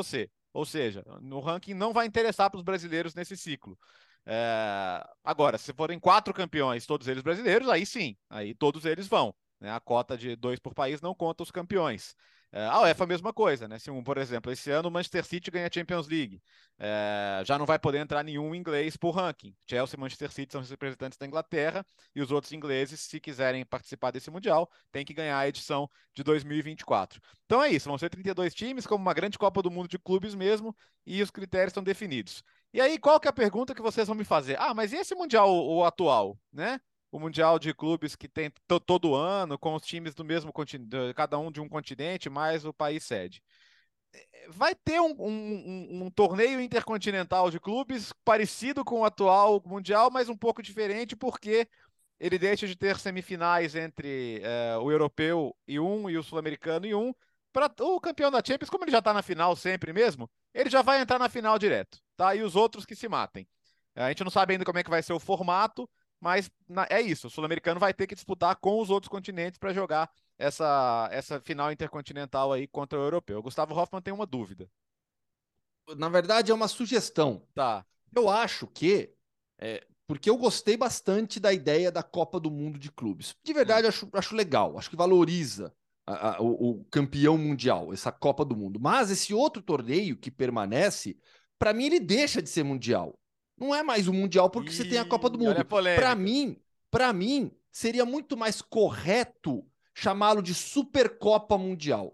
Ou seja, no ranking não vai interessar para os brasileiros nesse ciclo. É... Agora, se forem quatro campeões, todos eles brasileiros, aí sim, aí todos eles vão. Né? A cota de dois por país não conta os campeões. É, a UEFA a mesma coisa, né? Se um, por exemplo, esse ano o Manchester City ganha a Champions League, é, já não vai poder entrar nenhum inglês por ranking. Chelsea e Manchester City são os representantes da Inglaterra e os outros ingleses, se quiserem participar desse Mundial, têm que ganhar a edição de dois mil e vinte e quatro. Então é isso, vão ser trinta e dois times, como uma grande Copa do Mundo de clubes mesmo, e os critérios estão definidos. E aí, qual que é a pergunta que vocês vão me fazer? Ah, mas e esse Mundial, o, o atual, né? O Mundial de Clubes que tem todo ano, com os times do mesmo continente, cada um de um continente, mais o país sede. Vai ter um, um, um, um torneio intercontinental de clubes parecido com o atual Mundial, mas um pouco diferente, porque ele deixa de ter semifinais entre é, o europeu e um e o sul-americano e um. Para o campeão da Champions, como ele já está na final sempre mesmo, ele já vai entrar na final direto, tá? E os outros que se matem. A gente não sabe ainda como é que vai ser o formato, mas é isso, o sul-americano vai ter que disputar com os outros continentes para jogar essa, essa final intercontinental aí contra o europeu. O Gustavo Hoffmann tem uma dúvida. Na verdade, é uma sugestão. Tá. Eu acho que... É, porque eu gostei bastante da ideia da Copa do Mundo de clubes. De verdade, hum. acho, acho legal. Acho que valoriza a, a, o, o campeão mundial, essa Copa do Mundo. Mas esse outro torneio que permanece, para mim, ele deixa de ser mundial. Não é mais o Mundial porque Ih, você tem a Copa do Mundo. Para mim, para mim, seria muito mais correto chamá-lo de Supercopa Mundial.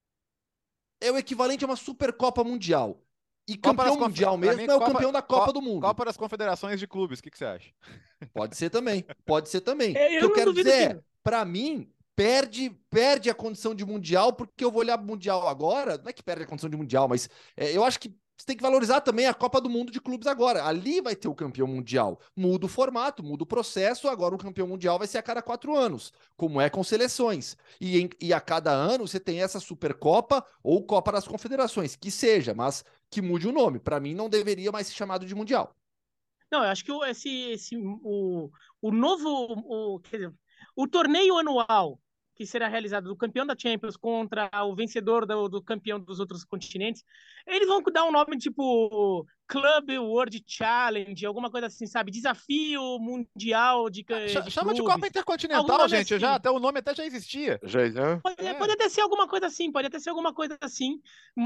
É o equivalente a uma Supercopa Mundial. E Copa campeão mundial mesmo é o Copa, campeão da Copa Co do Mundo. Copa das Confederações de Clubes, o que, que você acha? Pode ser também, pode ser também. É, o que eu quero dizer que... é, para mim, perde, perde a condição de mundial, porque eu vou olhar mundial agora, não é que perde a condição de mundial, mas é, eu acho que você tem que valorizar também a Copa do Mundo de clubes agora. Ali vai ter o campeão mundial. Muda o formato, muda o processo. Agora o campeão mundial vai ser a cada quatro anos, como é com seleções. E, em, e a cada ano você tem essa Supercopa ou Copa das Confederações, que seja, mas que mude o nome. Para mim não deveria mais ser chamado de mundial. Não, eu acho que o, esse, esse, o, o novo, o, quer dizer, o torneio anual que será realizado do campeão da Champions contra o vencedor do, do campeão dos outros continentes, eles vão dar um nome tipo Club World Challenge, alguma coisa assim, sabe? Desafio Mundial de, de Chama clubes. de Copa Intercontinental, gente, assim. já, até o nome até já existia. Já, é? Pode, é. pode até ser alguma coisa assim, pode até ser alguma coisa assim,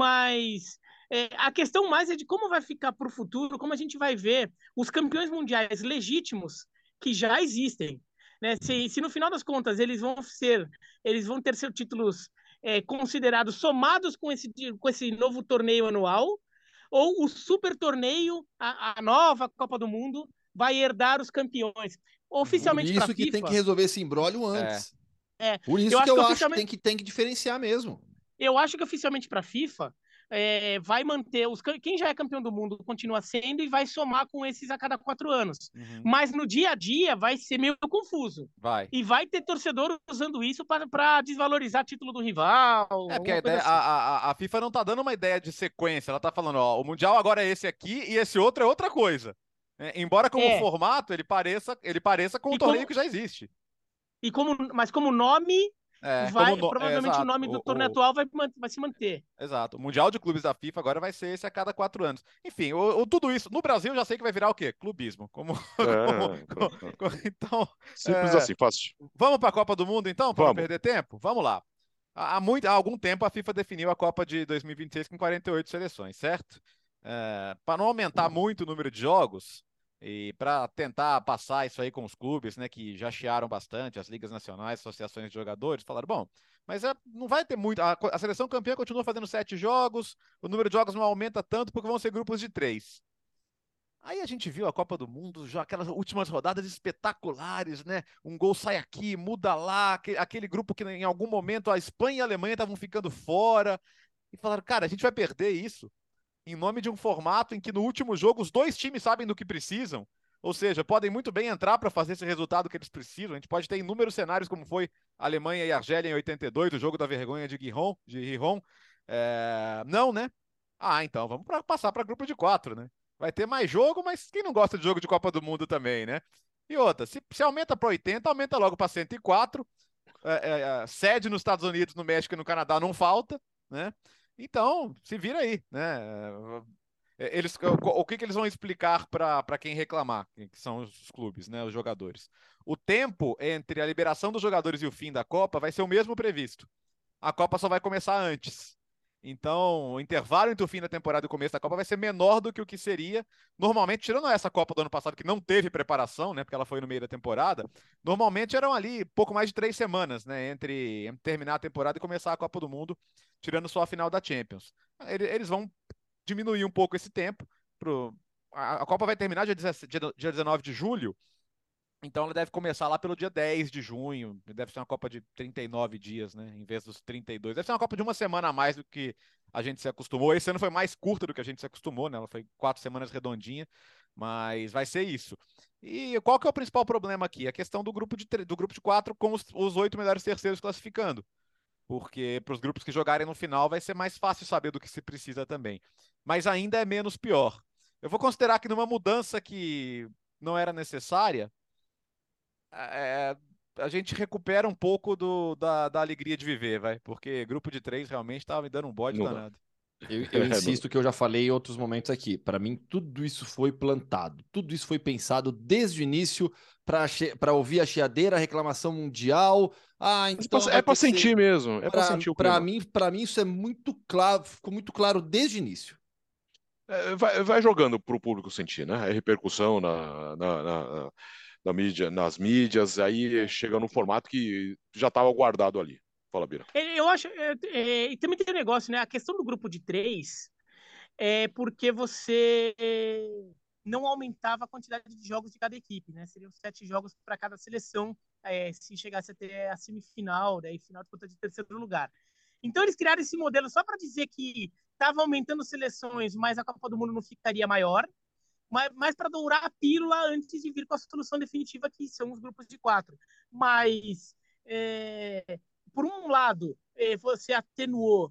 mas é, a questão mais é de como vai ficar para o futuro, como a gente vai ver os campeões mundiais legítimos que já existem. Né? Se, se no final das contas eles vão ser, eles vão ter seus títulos é, considerados somados com esse, com esse novo torneio anual, ou o super torneio, a, a nova Copa do Mundo, vai herdar os campeões. Oficialmente Por isso que FIFA, tem que resolver esse imbróglio antes. É. É. Por isso eu que acho eu que acho oficialmente... que tem, que tem que diferenciar mesmo. Eu acho que oficialmente para a FIFA é, vai manter os quem já é campeão do mundo continua sendo e vai somar com esses a cada quatro anos. Uhum. Mas no dia a dia vai ser meio confuso. Vai. E vai ter torcedor usando isso para desvalorizar o título do rival. É porque a, ideia, assim. a, a, a FIFA não tá dando uma ideia de sequência. Ela tá falando, ó, o Mundial agora é esse aqui e esse outro é outra coisa. É, embora como é. formato ele pareça, ele pareça com o torneio como, que já existe. E como, mas como nome... É, vai, no... provavelmente é, o nome do o, torneio o... atual vai, vai se manter. Exato. O Mundial de Clubes da FIFA agora vai ser esse a cada quatro anos. Enfim, o, o, tudo isso. No Brasil já sei que vai virar o quê? Clubismo. Como, é, como, como, como então, simples é... assim, fácil. Vamos para a Copa do Mundo, então, para não perder tempo? Vamos lá. Há, muito, há algum tempo a FIFA definiu a Copa de dois mil e vinte e seis com quarenta e oito seleções, certo? É, para não aumentar muito o número de jogos, e para tentar passar isso aí com os clubes, né, que já chiaram bastante, as ligas nacionais, associações de jogadores, falaram, bom, mas é, não vai ter muito, a, a seleção campeã continua fazendo sete jogos, o número de jogos não aumenta tanto porque vão ser grupos de três. Aí a gente viu a Copa do Mundo, já aquelas últimas rodadas espetaculares, né, um gol sai aqui, muda lá, aquele, aquele grupo que em algum momento a Espanha e a Alemanha estavam ficando fora, e falaram, cara, a gente vai perder isso em nome de um formato em que no último jogo os dois times sabem do que precisam, ou seja, podem muito bem entrar para fazer esse resultado que eles precisam. A gente pode ter inúmeros cenários como foi Alemanha e Argélia em oitenta e dois, o jogo da vergonha de Giron, de Giron. É... Não, né? Ah, então vamos pra, passar para grupo de quatro, né? Vai ter mais jogo, mas quem não gosta de jogo de Copa do Mundo também, né? E outra, se, se aumenta para oitenta, aumenta logo para cento e quatro. É, é, sede nos Estados Unidos, no México e no Canadá não falta, né? Então, se vira aí, né? Eles, o, o que, que eles vão explicar para quem reclamar, que são os clubes, né, os jogadores? O tempo entre a liberação dos jogadores e o fim da Copa vai ser o mesmo previsto. A Copa só vai começar antes. Então, o intervalo entre o fim da temporada e o começo da Copa vai ser menor do que o que seria normalmente, tirando essa Copa do ano passado que não teve preparação, né, porque ela foi no meio da temporada. Normalmente eram ali pouco mais de três semanas, né, entre, entre terminar a temporada e começar a Copa do Mundo, tirando só a final da Champions. Eles vão diminuir um pouco esse tempo. Pro... A, a Copa vai terminar dia, dia dezenove de julho, então ela deve começar lá pelo dia dez de junho. Deve ser uma Copa de trinta e nove dias, né? Em vez dos trinta e dois. Deve ser uma Copa de uma semana a mais do que a gente se acostumou. Esse ano foi mais curta do que a gente se acostumou, né? Ela foi quatro semanas redondinha, mas vai ser isso. E qual que é o principal problema aqui? A questão do grupo de, do grupo de quatro com os, os oito melhores terceiros classificando. Porque para os grupos que jogarem no final vai ser mais fácil saber do que se precisa também. Mas ainda é menos pior. Eu vou considerar que numa mudança que não era necessária, é, a gente recupera um pouco do, da, da alegria de viver, vai. Porque grupo de três realmente estava me dando um bode Não danado. dá. Eu, eu insisto que eu já falei em outros momentos aqui. Para mim, tudo isso foi plantado, tudo isso foi pensado desde o início para ouvir a chiadeira, a reclamação mundial. Ah, então é para sentir ser... mesmo, é para sentir o clima. Para mim, para mim isso é muito claro, ficou muito claro desde o início. É, vai, vai jogando para o público sentir, né? A repercussão na, na, na, na mídia, nas mídias, aí chega num formato que já estava guardado ali. Fala, Bira. Eu acho. É, é, e também tem um negócio, né? A questão do grupo de três é porque você não aumentava a quantidade de jogos de cada equipe, né? Seriam sete jogos para cada seleção, é, se chegasse até a semifinal, daí final de conta de terceiro lugar. Então eles criaram esse modelo só para dizer que estava aumentando seleções, mas a Copa do Mundo não ficaria maior, mas, mas para dourar a pílula antes de vir com a solução definitiva, que são os grupos de quatro. Mas, é, por um lado, é, você atenuou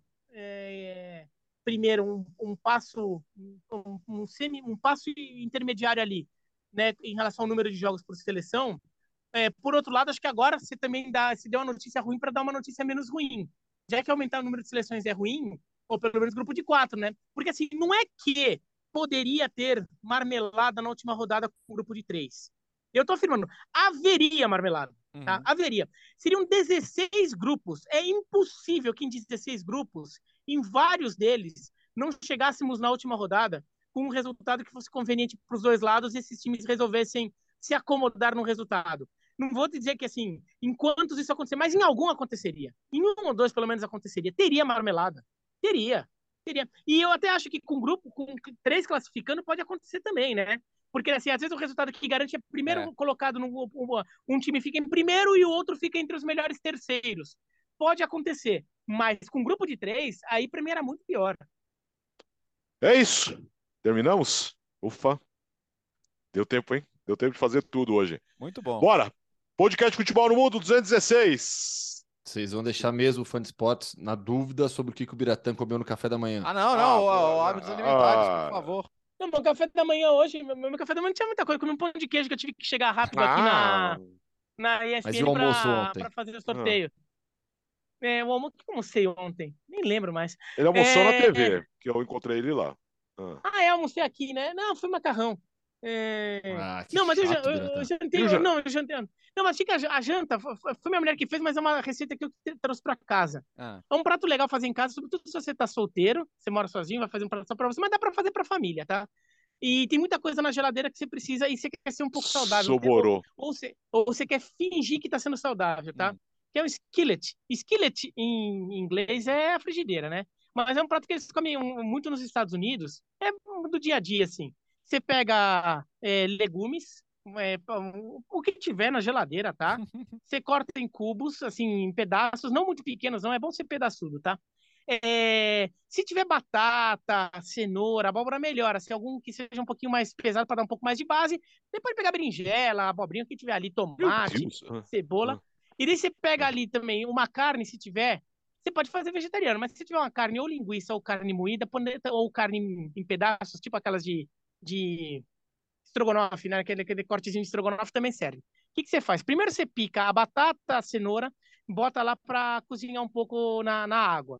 é, primeiro um, um passo um, um, semi, um passo intermediário ali, né, em relação ao número de jogos por seleção. É, por outro lado, acho que agora você também dá, se deu uma notícia ruim para dar uma notícia menos ruim. Já que aumentar o número de seleções é ruim, ou pelo menos grupo de quatro, né? Porque assim, não é que poderia ter marmelada na última rodada com um grupo de três. Eu tô afirmando, haveria marmelada, tá? Uhum. Haveria. Seriam dezesseis grupos. É impossível que em dezesseis grupos, em vários deles, não chegássemos na última rodada com um resultado que fosse conveniente para os dois lados e esses times resolvessem se acomodar no resultado. Não vou te dizer que, assim, em quantos isso acontecer, mas em algum aconteceria. Em um ou dois, pelo menos, aconteceria. Teria marmelada. Teria. Teria. E eu até acho que com grupo, com três classificando, pode acontecer também, né? Porque, assim, às vezes o resultado que garante é primeiro é. colocado, no, um, um time fica em primeiro e o outro fica entre os melhores terceiros. Pode acontecer. Mas com grupo de três, aí pra mim era muito pior. É isso. Terminamos? Ufa. Deu tempo, hein? Deu tempo de fazer tudo hoje. Muito bom. Bora! Podcast Futebol no Mundo duzentos e dezesseis. Vocês vão deixar mesmo o Fã de Esportes na dúvida sobre o que, que o Biratã comeu no café da manhã. Ah, não, não. Ah, hábitos alimentares, ah, por favor. Não, meu café da manhã hoje, meu, meu café da manhã não tinha muita coisa. Eu comi um pão de queijo que eu tive que chegar rápido ah. aqui na, na E S P N pra, pra fazer o sorteio. Ah. É, o almoço que eu almocei ontem, nem lembro mais. Ele almoçou é... na T V, que eu encontrei ele lá. Ah, ah é, almocei aqui, né? Não, foi macarrão. É... Ah, não, mas chato, eu, eu, eu jantei. Eu, não, eu jantei. Não, mas fica a janta. Foi minha mulher que fez, mas é uma receita que eu trouxe pra casa. Ah. É um prato legal fazer em casa, sobretudo se você tá solteiro, você mora sozinho, vai fazer um prato só pra você, mas dá pra fazer pra família, tá? E tem muita coisa na geladeira que você precisa e você quer ser um pouco saudável. Soborou. Ou, ou, você, ou você quer fingir que tá sendo saudável, tá? Hum. Que é o skillet. Skillet, em inglês, é a frigideira, né? Mas é um prato que eles comem muito nos Estados Unidos. É do dia a dia, assim. Você pega é, legumes, é, o que tiver na geladeira, tá? Você corta em cubos, assim, em pedaços, não muito pequenos, não. É bom ser pedaçudo, tá? É, se tiver batata, cenoura, abóbora, melhor. Se algum que seja um pouquinho mais pesado para dar um pouco mais de base, você pode pegar berinjela, abobrinha, o que tiver ali, tomate, cebola. Ah. E daí você pega ali também uma carne, se tiver, você pode fazer vegetariano, mas se tiver uma carne ou linguiça ou carne moída, ou carne em pedaços, tipo aquelas de, de estrogonofe, né? Aquele, aquele cortezinho de estrogonofe também serve. O que, que você faz? Primeiro você pica a batata, a cenoura, bota lá para cozinhar um pouco na, na água,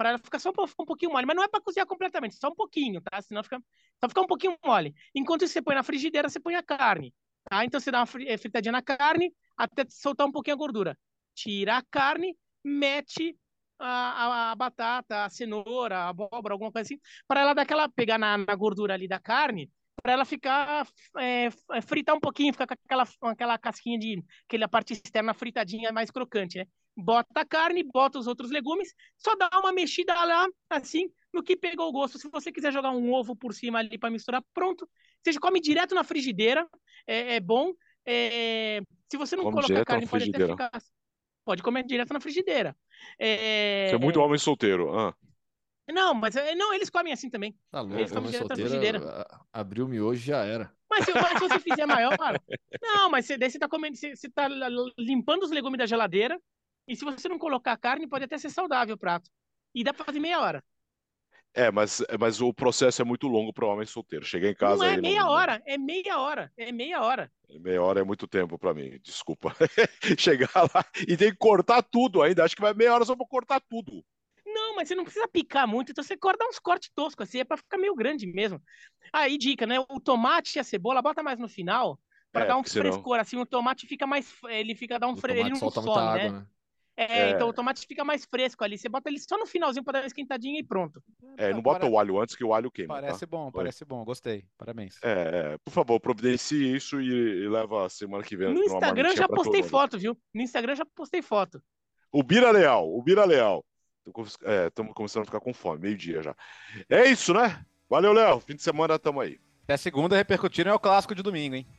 para ela ficar só um, um pouquinho mole, mas não é para cozinhar completamente, só um pouquinho, tá? Senão fica, só fica um pouquinho mole. Enquanto isso, você põe na frigideira, você põe a carne, tá? Então você dá uma fritadinha na carne até soltar um pouquinho a gordura. Tira a carne, mete a, a, a batata, a cenoura, a abóbora, alguma coisa assim, para ela dar aquela, pegar na, na gordura ali da carne, para ela ficar, é, fritar um pouquinho, ficar com aquela, aquela casquinha de, aquela parte externa fritadinha mais crocante, né? Bota a carne, bota os outros legumes, só dá uma mexida lá, assim, no que pegou o gosto. Se você quiser jogar um ovo por cima ali para misturar, pronto. Você come direto na frigideira, é, é bom. É, se você não come colocar carne, pode até ficar... Pode comer direto na frigideira. É, você é muito homem solteiro. Ah. Não, mas não, eles comem assim também. Tá louco, eles comem direto na frigideira. Abriu o miojo já era. Mas se, mas se você fizer maior... Não, mas você, daí você tá comendo... Você, você tá limpando os legumes da geladeira. E se você não colocar carne, pode até ser saudável o prato. E dá pra fazer meia hora. É, mas, mas o processo é muito longo para o homem solteiro. Cheguei em casa... Não é meia não... hora, é meia hora, é meia hora. Meia hora é muito tempo para mim, desculpa. Chegar lá e tem que cortar tudo ainda. Acho que vai meia hora só para cortar tudo. Não, mas você não precisa picar muito, então você corta uns cortes toscos, assim, é pra ficar meio grande mesmo. Aí, dica, né? O tomate e a cebola, bota mais no final, pra é, dar um senão... frescor, assim, o tomate fica mais... Ele fica, dá um frescor, ele não solta some, muita né? água, né? É, É. Então o tomate fica mais fresco ali. Você bota ele só no finalzinho pra dar uma esquentadinha e pronto. É, não bota o alho antes que o alho queima. Parece tá? bom, Oi. parece bom. Gostei. Parabéns. É, é, por favor, providencie isso e, e leva a semana que vem. No Instagram já postei foto, viu? No Instagram já postei foto. O Bira Leal, o Bira Leal. Estamos é, começando a ficar com fome, meio-dia já. É isso, né? Valeu, Léo. Fim de semana tamo aí. Até segunda repercutindo é o clássico de domingo, hein?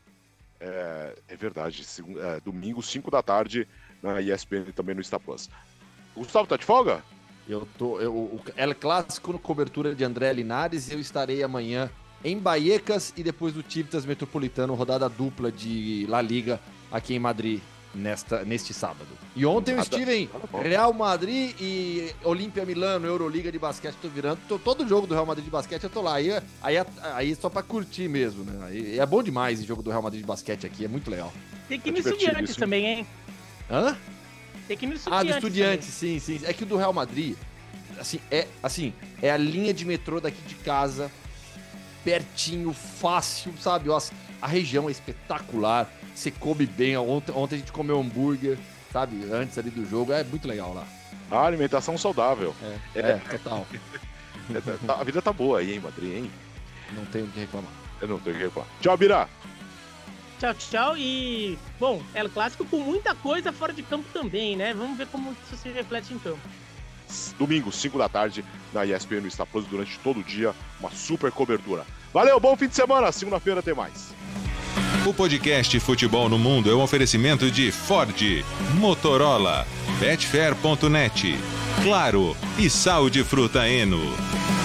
É, é verdade. Seg... É, domingo, cinco da tarde, na E S P N e também no Star Plus. Gustavo, tá de folga? Eu tô. Eu, o El Clássico, cobertura de André Linares. Eu estarei amanhã em Vallecas e depois do Civitas Metropolitano, rodada dupla de La Liga aqui em Madrid, nesta, neste sábado. E ontem eu estive em Real Madrid e Olímpia Milano, Euroliga de basquete. Tô virando. Tô, todo jogo do Real Madrid de basquete eu tô lá. Aí, aí, aí só pra curtir mesmo, né? Aí, é bom demais esse jogo do Real Madrid de basquete aqui, é muito legal. Tem que ir no Estudiantes também, hein? Hã? Tem que ir no Estudiantes. Ah, do Estudiantes, sim, sim. É que o do Real Madrid, assim, é, assim, é a linha de metrô daqui de casa, pertinho, fácil, sabe? Nossa, a região é espetacular, você come bem. Ontem, ontem a gente comeu hambúrguer, sabe? Antes ali do jogo, é muito legal lá. A alimentação saudável. É, é, é total. É, a vida tá boa aí, hein, Madrid, hein? Não tenho o que reclamar. Eu não tenho o que reclamar. Tchau, Bira! Tchau, tchau. E, bom, El Clássico com muita coisa fora de campo também, né? Vamos ver como isso se reflete em campo. Domingo, cinco da tarde, na E S P N no Star Plus, durante todo o dia, uma super cobertura. Valeu, bom fim de semana, segunda-feira tem mais. O podcast Futebol no Mundo é um oferecimento de Ford, Motorola, Betfair ponto net, Claro e Sal de Fruta Eno.